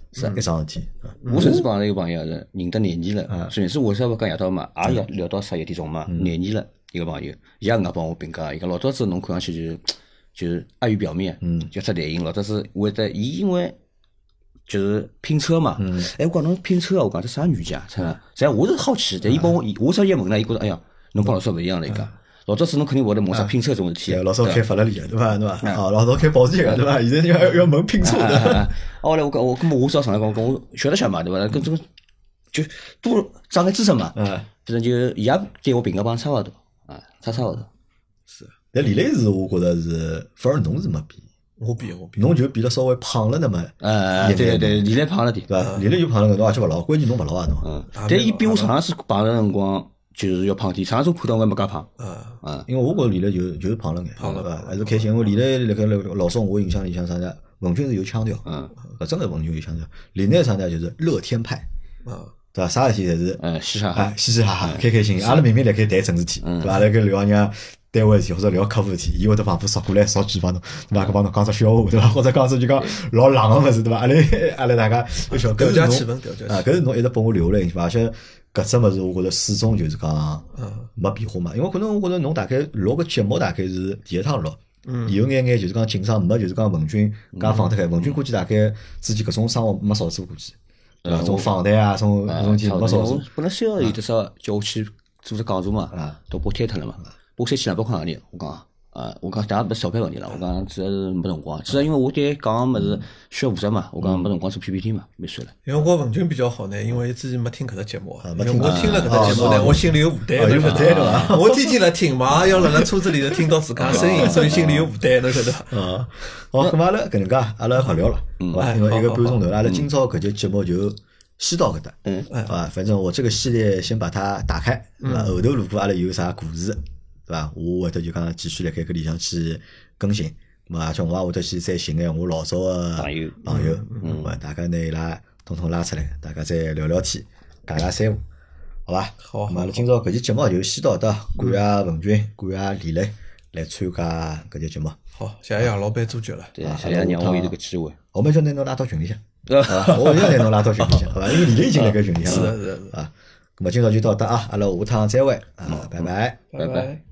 是一桩事体。 我甚至碰到一个朋友是认得廿年了，甚至我稍微讲夜到嘛，也聊到11点钟嘛，廿年了一个朋友，伊也搿能帮我评价，伊讲老早子侬看上去就是碍于表面，就只类型，老早子会得伊因为就是拼车嘛，哎，我讲侬拼车啊，我讲这啥原价？实际上我是好奇，但伊帮我稍微一问呢，伊觉着哎呀，侬帮老早勿一样了，伊讲。老早子侬肯定会得问啥拼车这种事体， 老早开法拉利个对伐？老早开保时捷个对伐？现在要问拼车的。 后来我根本我只好上来讲，我晓得晓得嘛，对伐？搿种就多长个知识嘛，反正就伊也对我评价帮差勿多啊，差勿多。 是， 但李雷是我觉着是，反而侬是没比， 我比， 侬就比了稍微胖了那么。 对，李雷胖了点， 对伐？李雷就胖了，侬而且勿老，关键侬勿老啊侬。 但伊比我上趟子碰着辰光。就是要胖点，上次看到我没介胖， 因为我觉着李雷就是胖了眼，对伐？还是开心，因为李雷辣盖老早我印象里向啥呢？文军是有腔调，真个文军有腔调。李雷啥呢？就是乐天派，对伐？啥事体侪是嘻嘻哈哈， 嘻嘻哈哈，开开心。阿拉明明辣盖谈正事体，对伐？辣盖聊人家单位事体或者聊客户事体，伊会得旁边扫过来扫几帮侬，对伐？搿帮侬讲只笑话，对伐？或者讲只就讲老冷个物事，对伐？阿拉大家调节气氛， 搿是侬一直拨我留了印象，而且。搿只物事，我觉着始终就是讲没变化嘛，因为可能我觉着侬大概录个节目大概是第一趟录，有眼就是讲紧张，没就是讲文军介放得开，文军估计大概之前搿种生活没少做，估计，对伐？种访谈啊，种题没少做。 本来小有的时候叫我去做只讲座嘛，都把我推脱了嘛，把我3200块洋钿，我讲。我讲，当然勿是钞票问题了。我讲主要是没辰光，主要因为我对讲个物事需要负责嘛。我讲没辰光做 PPT 嘛，没算了。 因为我文军比较好呢，因为之前没听搿只节目，因为我听了搿只节目呢，我心里有负担， 有负担对伐？ 我天天来听嘛，要辣车子里头听到自家声音，所以心里有负担，侬晓得伐？ 好，咁阿拉搿能介，阿拉好聊了，好吧？因为一个半钟头了，阿拉今朝搿节节目就先到搿搭，好吧？反正我这个系列先把它打开，后头如果阿拉有啥故事。对伐？我会得就讲继续辣盖搿里向去更新，而且我也会得去再寻眼我老早个朋友，大家拿伊拉统统拉出来，大家再聊聊天，讲讲三胡，好伐？ 好。 咁阿拉今朝搿期节目就先到这，感谢文军，感谢李雷来参加搿节节目。 好，谢谢杨老板做绝了， 对，谢谢让我有这个机会。 我们就拿侬拉到群里向，我要拿侬拉到群里向，好伐？因为李雷已经辣盖群里向了， 是啊。咁么今朝就到这啊，阿拉下趟再会啊，拜拜， 拜拜。